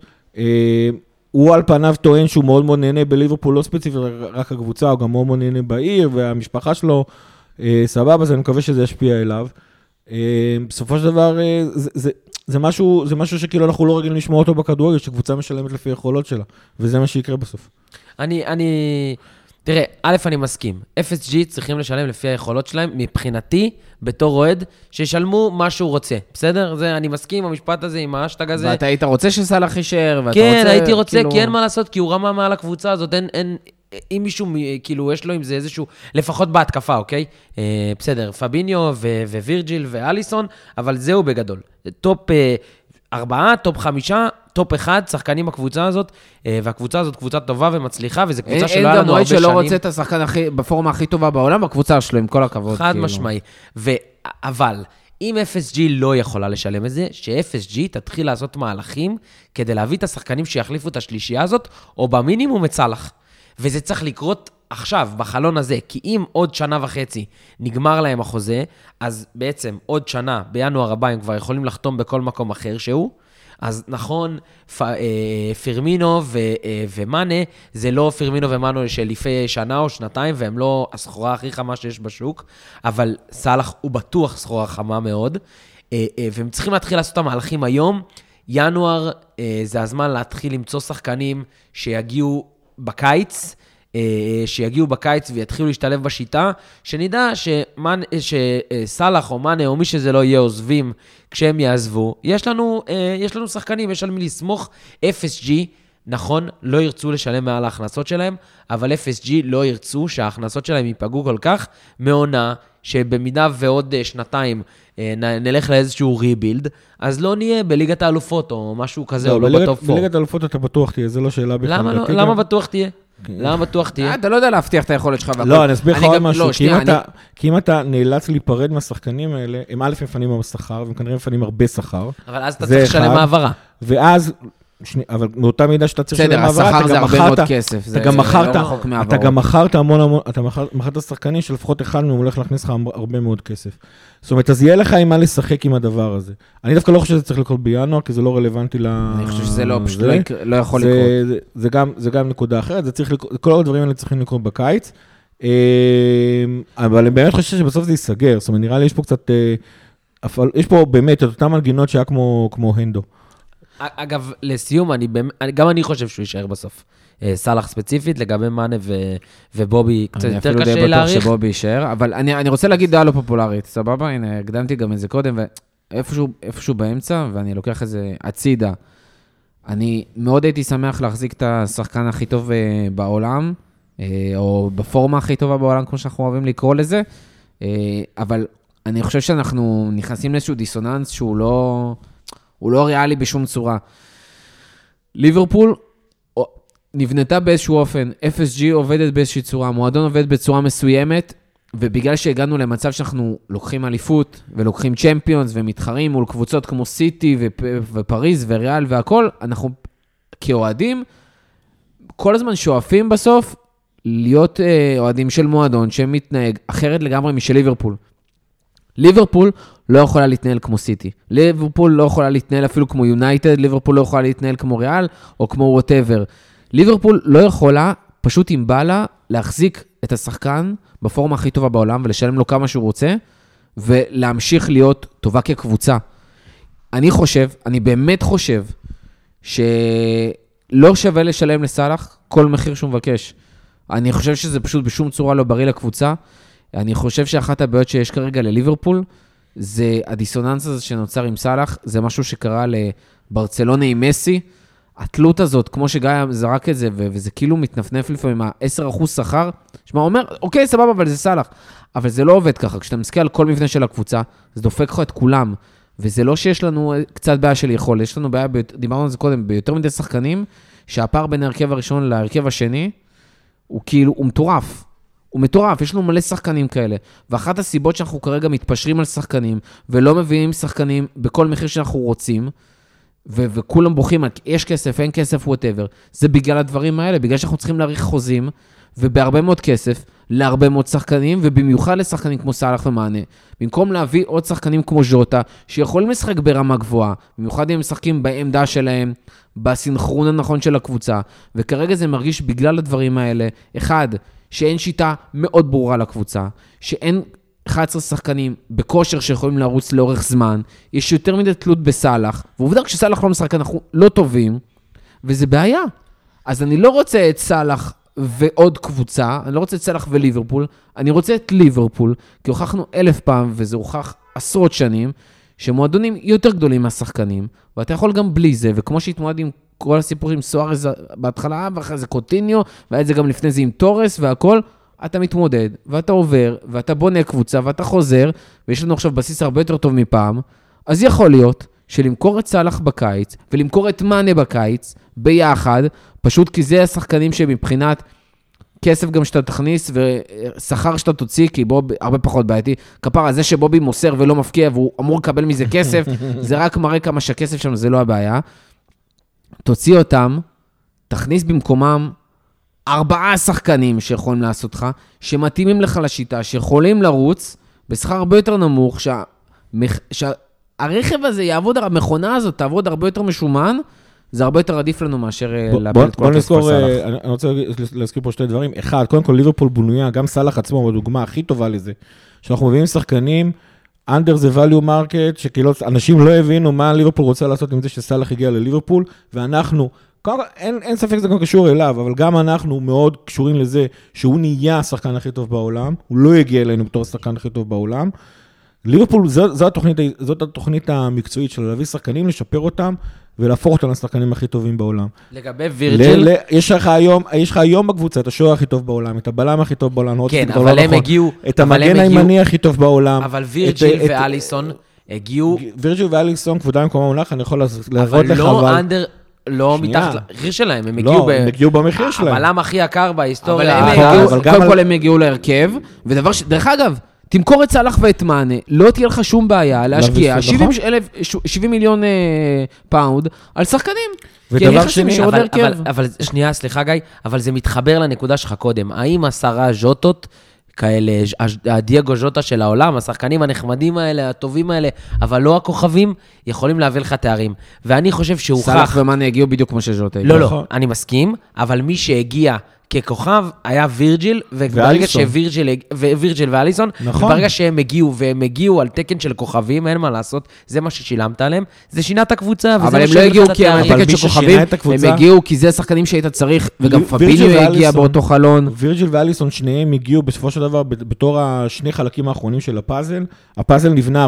הוא על פניו טוען שהוא מאוד מאוד נהנה בליברפול, לא ספציפית רק הקבוצה, הוא גם מאוד מאוד נהנה בעיר, והמשפחה שלו סבבה, אז אני מקווה שזה ישפיע אליו. בסופו של דבר, זה משהו שכאילו אנחנו לא רגילים לשמוע אותו בכדורגל, שקבוצה משלמת לפי היכולות שלה, וזה מה שיקרה בסוף. תראה, א', אני מסכים. FSG צריכים לשלם לפי היכולות שלהם, מבחינתי, בתור אוהד, שישלמו מה שהוא רוצה. בסדר? זה, אני מסכים עם המשפט הזה, עם ההשטג הזה. ואתה היית רוצה שסלאח יישאר, ואתה כן, רוצה... הייתי רוצה, כאילו... כי אין מה לעשות, כי הוא רמה מעל הקבוצה הזאת, אין... אם מישהו, כאילו, יש לו עם זה איזשהו, לפחות בהתקפה, אוקיי? בסדר, פביניו ווירג'יל ואליסון, אבל זהו בגדול. טופ 4, טופ 5, טופ 1, שחקנים בקבוצה הזאת, והקבוצה הזאת קבוצה טובה ומצליחה, וזו קבוצה שלא היה לנו הרבה שנים. אין גם מועד שלא רוצה את השחקן בפורמה הכי טובה בעולם, בקבוצה שלו, עם כל הכבוד. חד משמעי. אבל, אם FSG לא יכולה לשלם את זה, ש-FSG תתחיל לעשות מהלכים, כדי להביא את השחקנים שיחליפו את השלישייה הזאת, או במינימום את סלאח. וזה צריך לקרות עכשיו, בחלון הזה, כי אם עוד שנה וחצי נגמר להם החוזה, אז בעצם עוד שנה, בינואר הבא, הם כבר יכולים לחתום בכל מקום אחר שהוא, אז נכון, פירמינו ומאנה, זה לא פירמינו ומאנה של לפני שנה או שנתיים, והם לא הסחורה הכי חמה שיש בשוק, אבל סלאח הוא בטוח סחורה חמה מאוד, והם צריכים להתחיל לעשות את המהלכים היום. ינואר זה הזמן להתחיל למצוא שחקנים שיגיעו בקיץ, ויתחילו להשתלב בשיטה, שנדע שסלאח או מאנה או מי שזה לא יהיה עוזבים כשהם יעזבו. יש לנו שחקנים, יש על מי לסמוך. FSG, נכון, לא ירצו לשלם מעל ההכנסות שלהם, אבל FSG לא ירצו שההכנסות שלהם ייפגעו כל כך מעונה, שבמידה ועוד שנתיים נלך לאיזשהו ריבילד, אז לא נהיה בליגת האלופות או משהו כזה, או לא בטופ 4. בליגת האלופות אתה בטוח תהיה, זה לא שאלה בכלל. למה בטוח תהיה? למה בטוח תהיה? אתה לא יודע להבטיח את היכולת שלך. לא, אני אסביר לך עוד משהו, כי אם אתה נאלץ להיפרד מהשחקנים האלה, הם א' מפנים בשכר, והם כנראה מפנים הרבה שכר. אבל אז אתה צריך לשלם מעברה. ואז, אבל מאותה מידה שאתה צריך לשלם מעברה, השכר זה הרבה מאוד כסף. אתה גם מכרת המון, אתה מכרת שחקנים שלפחות אחד מהם הולך להכניס לך הרבה מאוד כסף. זאת אומרת, אז יהיה לך עם מה לשחק עם הדבר הזה. אני דווקא לא חושב שזה צריך לקרות בינואר, כי זה לא רלוונטי אני חושב שזה פשוט לא יכול לקרות. זה גם נקודה אחרת, כל הדברים האלה צריכים לקרות בקיץ, אבל אני באמת חושב שבסוף זה ייסגר, זאת אומרת, נראה לי יש פה קצת, יש פה באמת את אותם מנגינות שהיה כמו הנדו. אגב, לסיום, גם אני חושב שהוא יישאר בסוף. סלאח ספציפית, לגבי מאנה ובובי, קצת יותר קשה להעריך. אני אפילו די בטוח שבובי יישאר, אבל אני רוצה להגיד דעה לא פופולרית, סבבה? הנה, הקדמתי גם את זה קודם, ואיפשהו באמצע, ואני לוקח את זה הצידה. אני מאוד הייתי שמח להחזיק את השחקן הכי טוב בעולם, או בפורמה הכי טובה בעולם, כמו שאנחנו אוהבים לקרוא לזה, אבל אני חושב שאנחנו נכנסים לאיזשהו דיסוננס שהוא לא ריאלי בשום צורה. ליברפול נבנתה באיזשהו אופן, FSG עובדת באיזושהי צורה, המועדון עובד בצורה מסוימת, ובגלל שהגענו למצב שאנחנו לוקחים אליפות, ולוקחים צ'מפיונס, ומתחרים מול קבוצות כמו סיטי, ופריז, וריאל, והכל, אנחנו כאוהדים, כל הזמן שואפים בסוף, להיות אוהדים של מועדון, שמתנהג אחרת לגמרי משל ליברפול. ליברפול לא יכולה להתנהל כמו סיטי. ליברפול לא יכולה להתנהל אפילו כמו יונייטד, ליברפול לא יכולה להתנהל כמו ריאל, או כמו ווטאבר. ליברפול לא יכולה, פשוט עם בעלה, להחזיק את השחקן בפורמה הכי טובה בעולם, ולשלם לו כמה שהוא רוצה, ולהמשיך להיות טובה כקבוצה. אני באמת חושב, שלא שווה לשלם לסלאח כל מחיר שהוא מבקש. אני חושב שזה פשוט בשום צורה לא בריא לקבוצה. אני חושב שאחת הבעיות שיש כרגע לליברפול, זה הדיסוננס הזה שנוצר עם סלאח, זה משהו שקרה לברצלונה עם מסי, התלות הזאת, כמו שגיא זרק את זה, וזה כאילו מתנפנף לפעמים, 10% שכר, שמה אומר, אוקיי, סבבה, אבל זה סלאח, אבל זה לא עובד ככה, כשאתה מסתכל על כל מבנה של הקבוצה, זה דופק לך את כולם, וזה לא שיש לנו קצת בעיה של יכול, יש לנו בעיה, דיברנו על זה קודם, ביותר מדי שחקנים, שהפער בין ההרכב הראשון להרכב השני, הוא כאילו, הוא מטורף. הוא מטורף, יש לנו מלא שחקנים כאלה. ואחת הסיבות שאנחנו כרגע מתפשרים על שחקנים, ולא מביאים שחקנים בכל מחיר שאנחנו רוצים, וכולם בוכים, יש כסף, אין כסף, whatever. זה בגלל הדברים האלה, בגלל שאנחנו צריכים להאריך חוזים, ובהרבה מאוד כסף, להרבה מאוד שחקנים, ובמיוחד לשחקנים כמו סלאח ומענה. במקום להביא עוד שחקנים כמו ז'וטה, שיכולים לשחק ברמה גבוהה, במיוחד אם הם משחקים בעמדה שלהם, בסינכרון הנכון של הקבוצה, וכרגע זה מרגיש בגלל הדברים האלה, אחד, שאין שיטה מאוד ברורה לקבוצה, שאין 11 שחקנים בכושר שיכולים לרוץ לאורך זמן, יש יותר מדי תלות בסלאח, ועובדה כשסלאח לא משחק אנחנו לא טובים, וזה בעיה. אז אני לא רוצה את סלאח ועוד קבוצה, אני לא רוצה את סלאח וליברפול, אני רוצה את ליברפול, כי הוכחנו 1000 פעם, וזה הוכח עשרות שנים, שמועדונים יותר גדולים מהשחקנים, ואתה יכול גם בלי זה, וכמו שהתמודד עם כל הסיפורים, סוארז בהתחלה, ואחרי זה קוטיניו, והיה זה גם לפני זה עם טורס והכל, אתה מתמודד, ואתה עובר, ואתה בונה קבוצה, ואתה חוזר, ויש לנו עכשיו בסיס הרבה יותר טוב מפעם, אז יכול להיות שלמכור את סלאח בקיץ, ולמכור את מאנה בקיץ, ביחד, פשוט כי זה השחקנים שמבחינת כסף גם שאתה תכניס, ושכר שאתה תוציא, כי בובי הרבה פחות בעייתי, כפר על זה שבובי מוסר ולא מפקיע, והוא אמור לקבל מזה כסף, זה רק מראה כמה שהכסף שלנו, זה לא הבעיה. תוציא אותם, תכניס במקומם 4 שחקנים שיכולים לעשות לך, שמתאימים לך לשיטה, שיכולים לרוץ, בשכר הרבה יותר נמוך, שהרכב הזה יעבוד, המכונה הזאת תעבוד הרבה יותר משומן, זה הרבה יותר עדיף לנו מאשר לאבד את כל הכסף על סלאח. אני רוצה להזכיר פה 2 דברים. אחד, קודם כל ליברפול בנויה, גם סלאח עצמו, בדוגמה הכי טובה לזה, שאנחנו מביאים שחקנים, under the value market, שכאילו אנשים לא הבינו מה ליברפול רוצה לעשות עם זה שסלאח הגיע לליברפול, ואנחנו, אין ספק שזה גם קשור אליו, אבל גם אנחנו מאוד קשורים לזה שהוא נהיה השחקן הכי טוב בעולם, הוא לא יגיע אלינו בתור השחקן הכי טוב בעולם. ליברפול, זאת התוכנית המקצועית של להביא שחקנים, לשפר אותם, ולהפוך אותם לשחקנים הכי טובים בעולם. לגבי וירג'יל... יש לך היום בקבוצה את השוער הכי טוב בעולם, את הבלם הכי טוב בעולם, כן, אבל הם הגיעו... את המגן הימני הכי טוב בעולם. אבל וירג'יל ואליסון הגיעו... וירג'יל ואליסון, כבודם במקום המונח, אני יכול להראות לך, אבל... לא מתחת למחיר שלהם, הם הגיעו במחיר שלהם. הבלם הכי יקר בהיסטוריה. קודם כל הם הגיעו להרכב, ודבר דרך אגב, תמכור את סלאח ואת מאנה, לא תהיה לך שום בעיה להשקיע 70 מיליון פאונד על שחקנים. ודבר שני, אבל שנייה, סליחה גיא, אבל זה מתחבר לנקודה שלך קודם. האם 10 ז'וטות כאלה, הדייגו ז'וטה של העולם, השחקנים הנחמדים האלה, הטובים האלה, אבל לא הכוכבים, יכולים להביא לך תארים. ואני חושב שהוכח... סלאח ומאנה הגיעו בדיוק כמו שז'וטה. לא, אני מסכים, אבל מי שהגיע... ככוכב היה וירג'יל, וברגע שווירג'יל ואליסון, וברגע שהם הגיעו על תקן של כוכבים, אין מה לעשות, זה מה ששילמת עליהם, זה שינה את הקבוצה, אבל הם לא הגיעו כי הם תקן של כוכבים, הם הגיעו כי זה השחקנים שהיית צריך, וגם פביניו הגיע באותו חלון. וירג'יל ואליסון, שניהם הגיעו בסופו של דבר, בתור השני חלקים האחרונים של הפאזל, הפאזל נבנה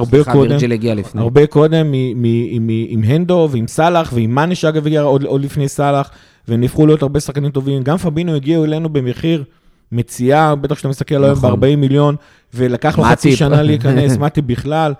הרבה קודם, עם הנדו, ועם סלאח, ועם מאנה שאגב הגיע עוד לפני סלאח, ונפחו להיות הרבה שחקנים טובים. גם פבינו הגיעו אלינו במחיר מציאה, בטח שאתה מסתכל עליהם ב-40 מיליון, ולקח לו חצי שנה להיכנס, מתי בכלל,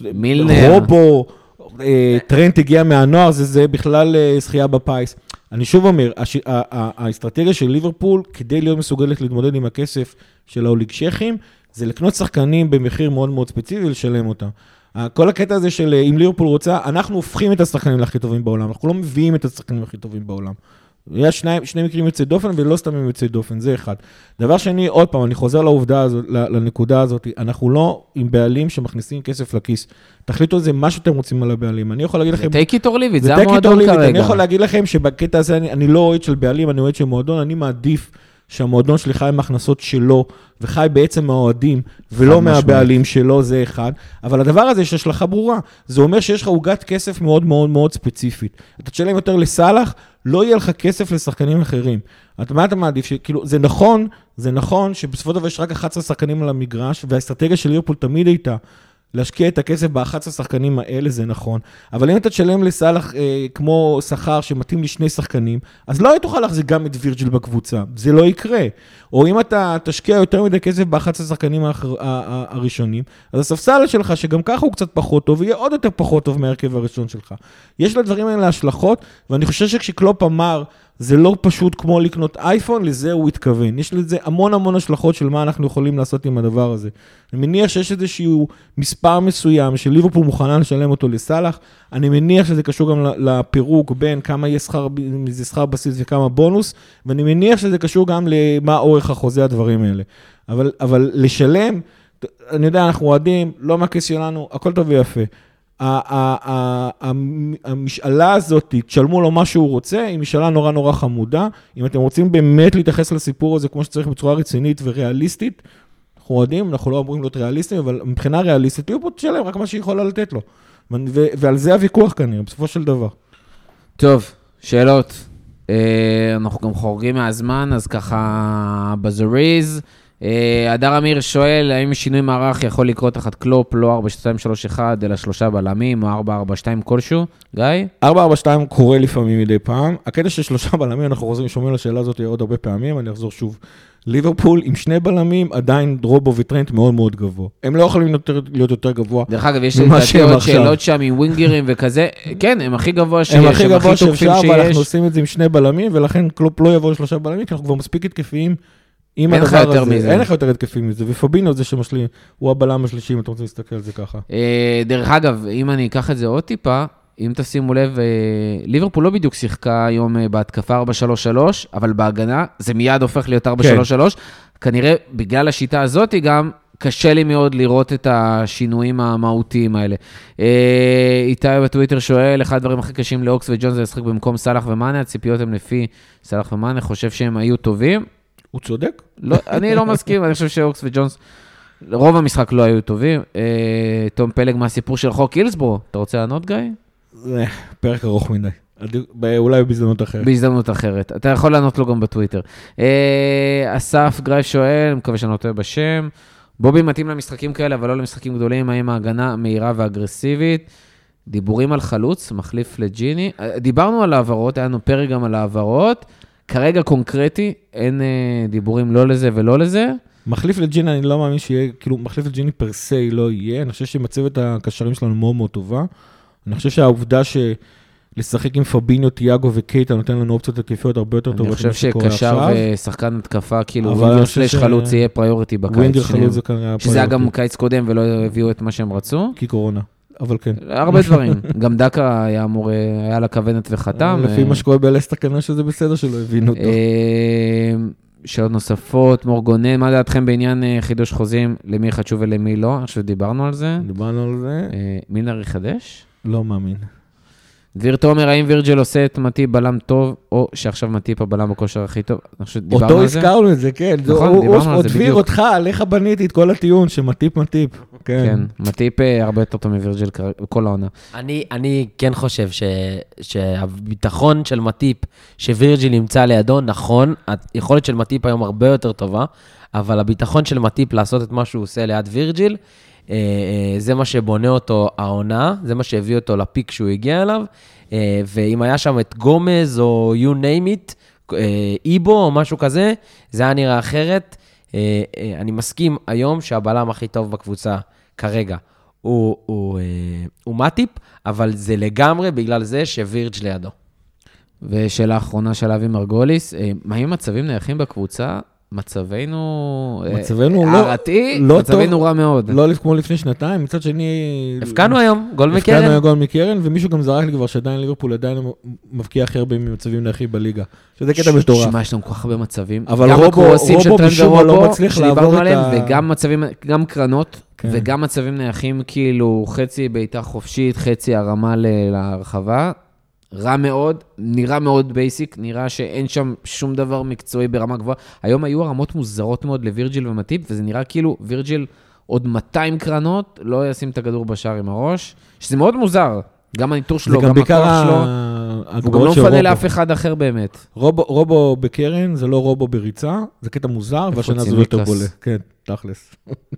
רובו, טרנט הגיע מהנוער, זה בכלל זכייה בפייס. אני שוב אומר, האסטרטגיה של ליברפול, כדי להיות מסוגלת להתמודד עם הכסף של האוליגשכים, זה לקנות שחקנים במחיר מאוד מאוד ספציפי ולשלם אותם. כל הקטע הזה של אם ליברפול רוצה, אנחנו הופכים את השחקנים הכי טובים בעולם, אנחנו לא מביאים את השחקנים הכי טובים בעולם. יש שני מקרים יוצאי דופן, ולא סתם הם יוצאי דופן, זה אחד. דבר שני, עוד פעם, אני חוזר לעובדה הזאת, לנקודה הזאת, אנחנו לא עם בעלים שמכניסים כסף לכיס. תחליטו על זה מה שאתם רוצים על הבעלים. אני יכול להגיד לכם... זה take it or leave it, זה המועדון כרגע. אני יכול להגיד לכם שבקטע הזה אני לא אוהד של בעלים, אני אוהד של מועדון, אני מעדיף שהמועדון שלי חי עם הכנסות שלו, וחי בעצם מהאוהדים, ולא מהבעלים שלו, זה אחד. אבל הדבר הזה יש השלכה ברורה. זה אומר שיש לך עוגת כסף מאוד מאוד מאוד ספציפית. אתה תשלם יותר לסלאח, לא יהיה לך כסף לשחקנים אחרים. מה אתה מעדיף? כאילו, זה נכון שבסופו של דבר יש רק 11 שחקנים על המגרש, והאסטרטגיה של ליברפול תמיד הייתה, להשקיע את הכסף ב11 השחקנים האלה, זה נכון. אבל אם אתה תשלם לסלאח כמו שכר שמתאים לשני שחקנים, אז לא תוכל להחזיק גם את וירג'יל בקבוצה. זה לא יקרה. או אם אתה תשקיע יותר מדי כסף ב11 השחקנים הראשונים, אז הספסל שלך, שגם ככה הוא קצת פחות טוב, יהיה עוד יותר פחות טוב מהרכב הראשון שלך. יש לדברים האלה השלכות, ואני חושב שכשקלופ אמר, זה לא פשוט כמו לקנות אייפון, לזה הוא התכוון. יש לזה המון השלכות של מה אנחנו יכולים לעשות עם הדבר הזה. אני מניח שיש איזשהו מספר מסוים, שליברפול מוכנה לשלם אותו לסלח, אני מניח שזה קשור גם לפירוק בין כמה יהיה שכר בסיס וכמה בונוס, ואני מניח שזה קשור גם למה אורך החוזה הדברים האלה. אבל לשלם, אני יודע, אנחנו אוהדים, לא מהכיס שלנו, הכל טוב ויפה. המשאלה הזאת, תשלמו לו מה שהוא רוצה, היא משאלה נורא חמודה. אם אתם רוצים באמת להתייחס לסיפור הזה כמו שצריך בצורה רצינית וריאליסטית, אנחנו אוהדים, אנחנו לא אמורים להיות ריאליסטים, אבל מבחינה ריאליסטית, תהיו פה תשלם רק מה שהיא יכולה לתת לו. ועל זה הוויכוח כנראה, בסופו של דבר. טוב, שאלות. אנחנו גם חורגים מהזמן, אז ככה בזריז. הדר אמיר שואל, האם שינוי מערך יכול לקרות תחת קלופ, לא 4-2-3-1, אלא 3 בלמים, או 4-4-2 כלשהו? גיא? 4-4-2 קורה לפעמים מדי פעם. הקטע של 3 בלמים, אנחנו שומעים לשאלה הזאת עוד הרבה פעמים, אני אחזור שוב. ליברפול עם 2 בלמים, עדיין רובו וטרנט מאוד מאוד גבוה. הם לא יכולים להיות יותר גבוה. דרך אגב, יש עוד שאלות שם עם ווינגרים וכזה. כן, הם הכי גבוה שיש, הם הכי גבוה שאפשר, אבל אנחנו עושים את זה עם 2 בלמים, ולכן קלופ לא יבוא ל3 בלמים, כי אנחנו כבר מספיק התקפיים. אין לך יותר מזה. אין לך יותר התקפים מזה, ופבינו זה שמשלים, הוא הבלם השלישי, אם אתה רוצה להסתכל על זה ככה. דרך אגב, אם אני אקח את זה עוד טיפה, אם תשימו לב, ליברפול לא בדיוק שיחקה היום בהתקפה 4-3-3, אבל בהגנה זה מיד הופך להיות 4-3-3, כנראה בגלל השיטה הזאת גם קשה לי מאוד לראות את השינויים המהותיים האלה. איתי בטוויטר שואל, אחד הדברים הכי קשים לאוקס וג'ונס זה לשחק במקום סלח ומאנה, הציפיות הן לפי סלח ומאנה, חושב שהם היו טובים. הוא צודק? לא, אני לא מסכים, אני חושב שאוקס וג'ונס, רוב המשחק לא היו טובים. תום פלג מהסיפור של חוק הילסבורו, אתה רוצה לענות גיא? זה פרק ארוך מדי, אולי בהזדמנות אחרת. בהזדמנות אחרת, אתה יכול לענות לו גם בטוויטר. אסף גרייף שואל, אני מקווה שאני נוטה בשם, בובי מתאים למשחקים כאלה, אבל לא למשחקים גדולים, האם ההגנה מהירה ואגרסיבית, דיבורים על חלוץ, מחליף לג'יני, דיברנו על העברות, היה לנו פרק גם על העברות, כרגע קונקרטי, אין דיבורים לא לזה ולא לזה. מחליף לג'יני, אני לא מאמין שיהיה, כאילו, מחליף לג'יני פרסי לא יהיה, אני חושב שמצבת הקשרים שלנו מאוד מאוד טובה, אני חושב שהעובדה שלשחק עם פביניו, תיאגו וקייטה נותן לנו אופציות התקפיות הרבה יותר טובות. אני חושב שקשר ושחקן התקפה, כאילו ווינגר סלש חלוץ יהיה פריוריטי בקיץ. ווינגר חלוץ זה כנראה שזה היה גם קיץ קודם ולא הביאו את מה שהם רצו. כי קורונה, אבל כן. הרבה דברים. גם דקה היה אמור, היה לה כוונת וחתם. לפי מה שקורה בלסטר כנראה שזה בסדר שלא הבינו אותו. שאלות נוספות, מורגונן, מה דעתכם בעניין חידוש חוזים, למי חשוב ולמי לא? אני חושב שדיברנו על זה. דיברנו על זה. מילנר יחדש? לא מאמין. דביר תומר, האם וירג'ל עושה את מטיפ בלם טוב, או שעכשיו מטיפ הבלם בכושר הכי טוב? אותו הזכרנו את זה, כן. נכון, דיברנו על זה בדיוק. דביר אותך, עליך בניתי את כל הטיעון, שמטיפ. כן, מטיפ הרבה יותר טוב מווירג'ל בכל העונה. אני כן חושב שהביטחון של מטיפ, שווירג'ל נמצא לידו, נכון, היכולת של מטיפ היום הרבה יותר טובה, אבל הביטחון של מטיפ לעשות את מה שהוא עושה ליד וירג'ל, זה מה שבונה אותו העונה, זה מה שהביא אותו לפיק שהוא הגיע אליו, ואם היה שם את גומז או you name it, איבו או משהו כזה, זה היה נראה אחרת. אני מסכים היום שהבלם הכי טוב בקבוצה כרגע הוא מטיפ, אבל זה לגמרי בגלל זה שווירג' לידו. ושאלה האחרונה של אבי מרגוליס, מה עם מצבים נייחים בקבוצה? מצבנו הערתי, מצבנו רע מאוד. לא כמו לפני שנתיים, מצד שני... הפקענו היום, גול מקרן. הפקענו היום גול מקרן, ומישהו גם זרק לי כבר שעדיין ליברפול עדיין מבקיע הכי הרבה ממצבים נייחים בליגה. שזה קטע מטורף. שמה, יש לנו כל כך הרבה מצבים. אבל רובו משום מה לא מצליח לעבור את ה... וגם מצבים, גם קרנות, וגם מצבים נייחים כאילו חצי בעיטה חופשית, חצי הרמה להרחבה. רע מאוד, נראה מאוד בייסיק, נראה שאין שם שום דבר מקצועי ברמה גבוהה. היום היו הרמות מוזרות מאוד לווירג'יל ומטיפ, וזה נראה כאילו וירג'יל עוד 200 קרנות, לא ישים את הכדור בשער עם הראש, שזה מאוד מוזר. גם הניטור שלו, גם הכוח שלו, הוא גם לא מפנה לאף אחד אחר באמת. רובו בקרן, זה לא רובו בריצה, זה קטע מוזר, והשנה זה יותר בולה. כן, תכלס.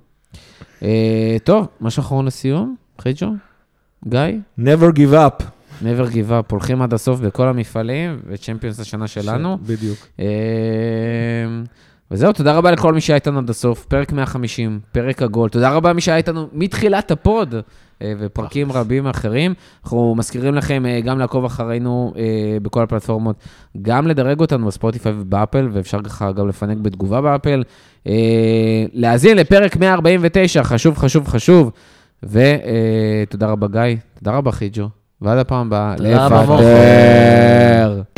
טוב, משהו אחרון לסיום, חיג'ו? גיא? Never give up. never give up, הולכים עד הסוף בכל המפעלים, וצ'מפיונס השנה שלנו. בדיוק. וזהו, תודה רבה לכל מי שהיה איתנו עד הסוף, פרק 150, פרק עגול, תודה רבה מי שהיה איתנו מתחילת הפוד, ופרקים רבים אחרים. אנחנו מזכירים לכם גם לעקוב אחרינו בכל הפלטפורמות, גם לדרג אותנו בספוטיפיי ובאפל, ואפשר ככה גם לפנק בתגובה באפל, להאזין לפרק 149, חשוב, ותודה רבה גיא, תודה רבה חיג'ו, ועד הפעם הבאה, תודה רבה, לפטר.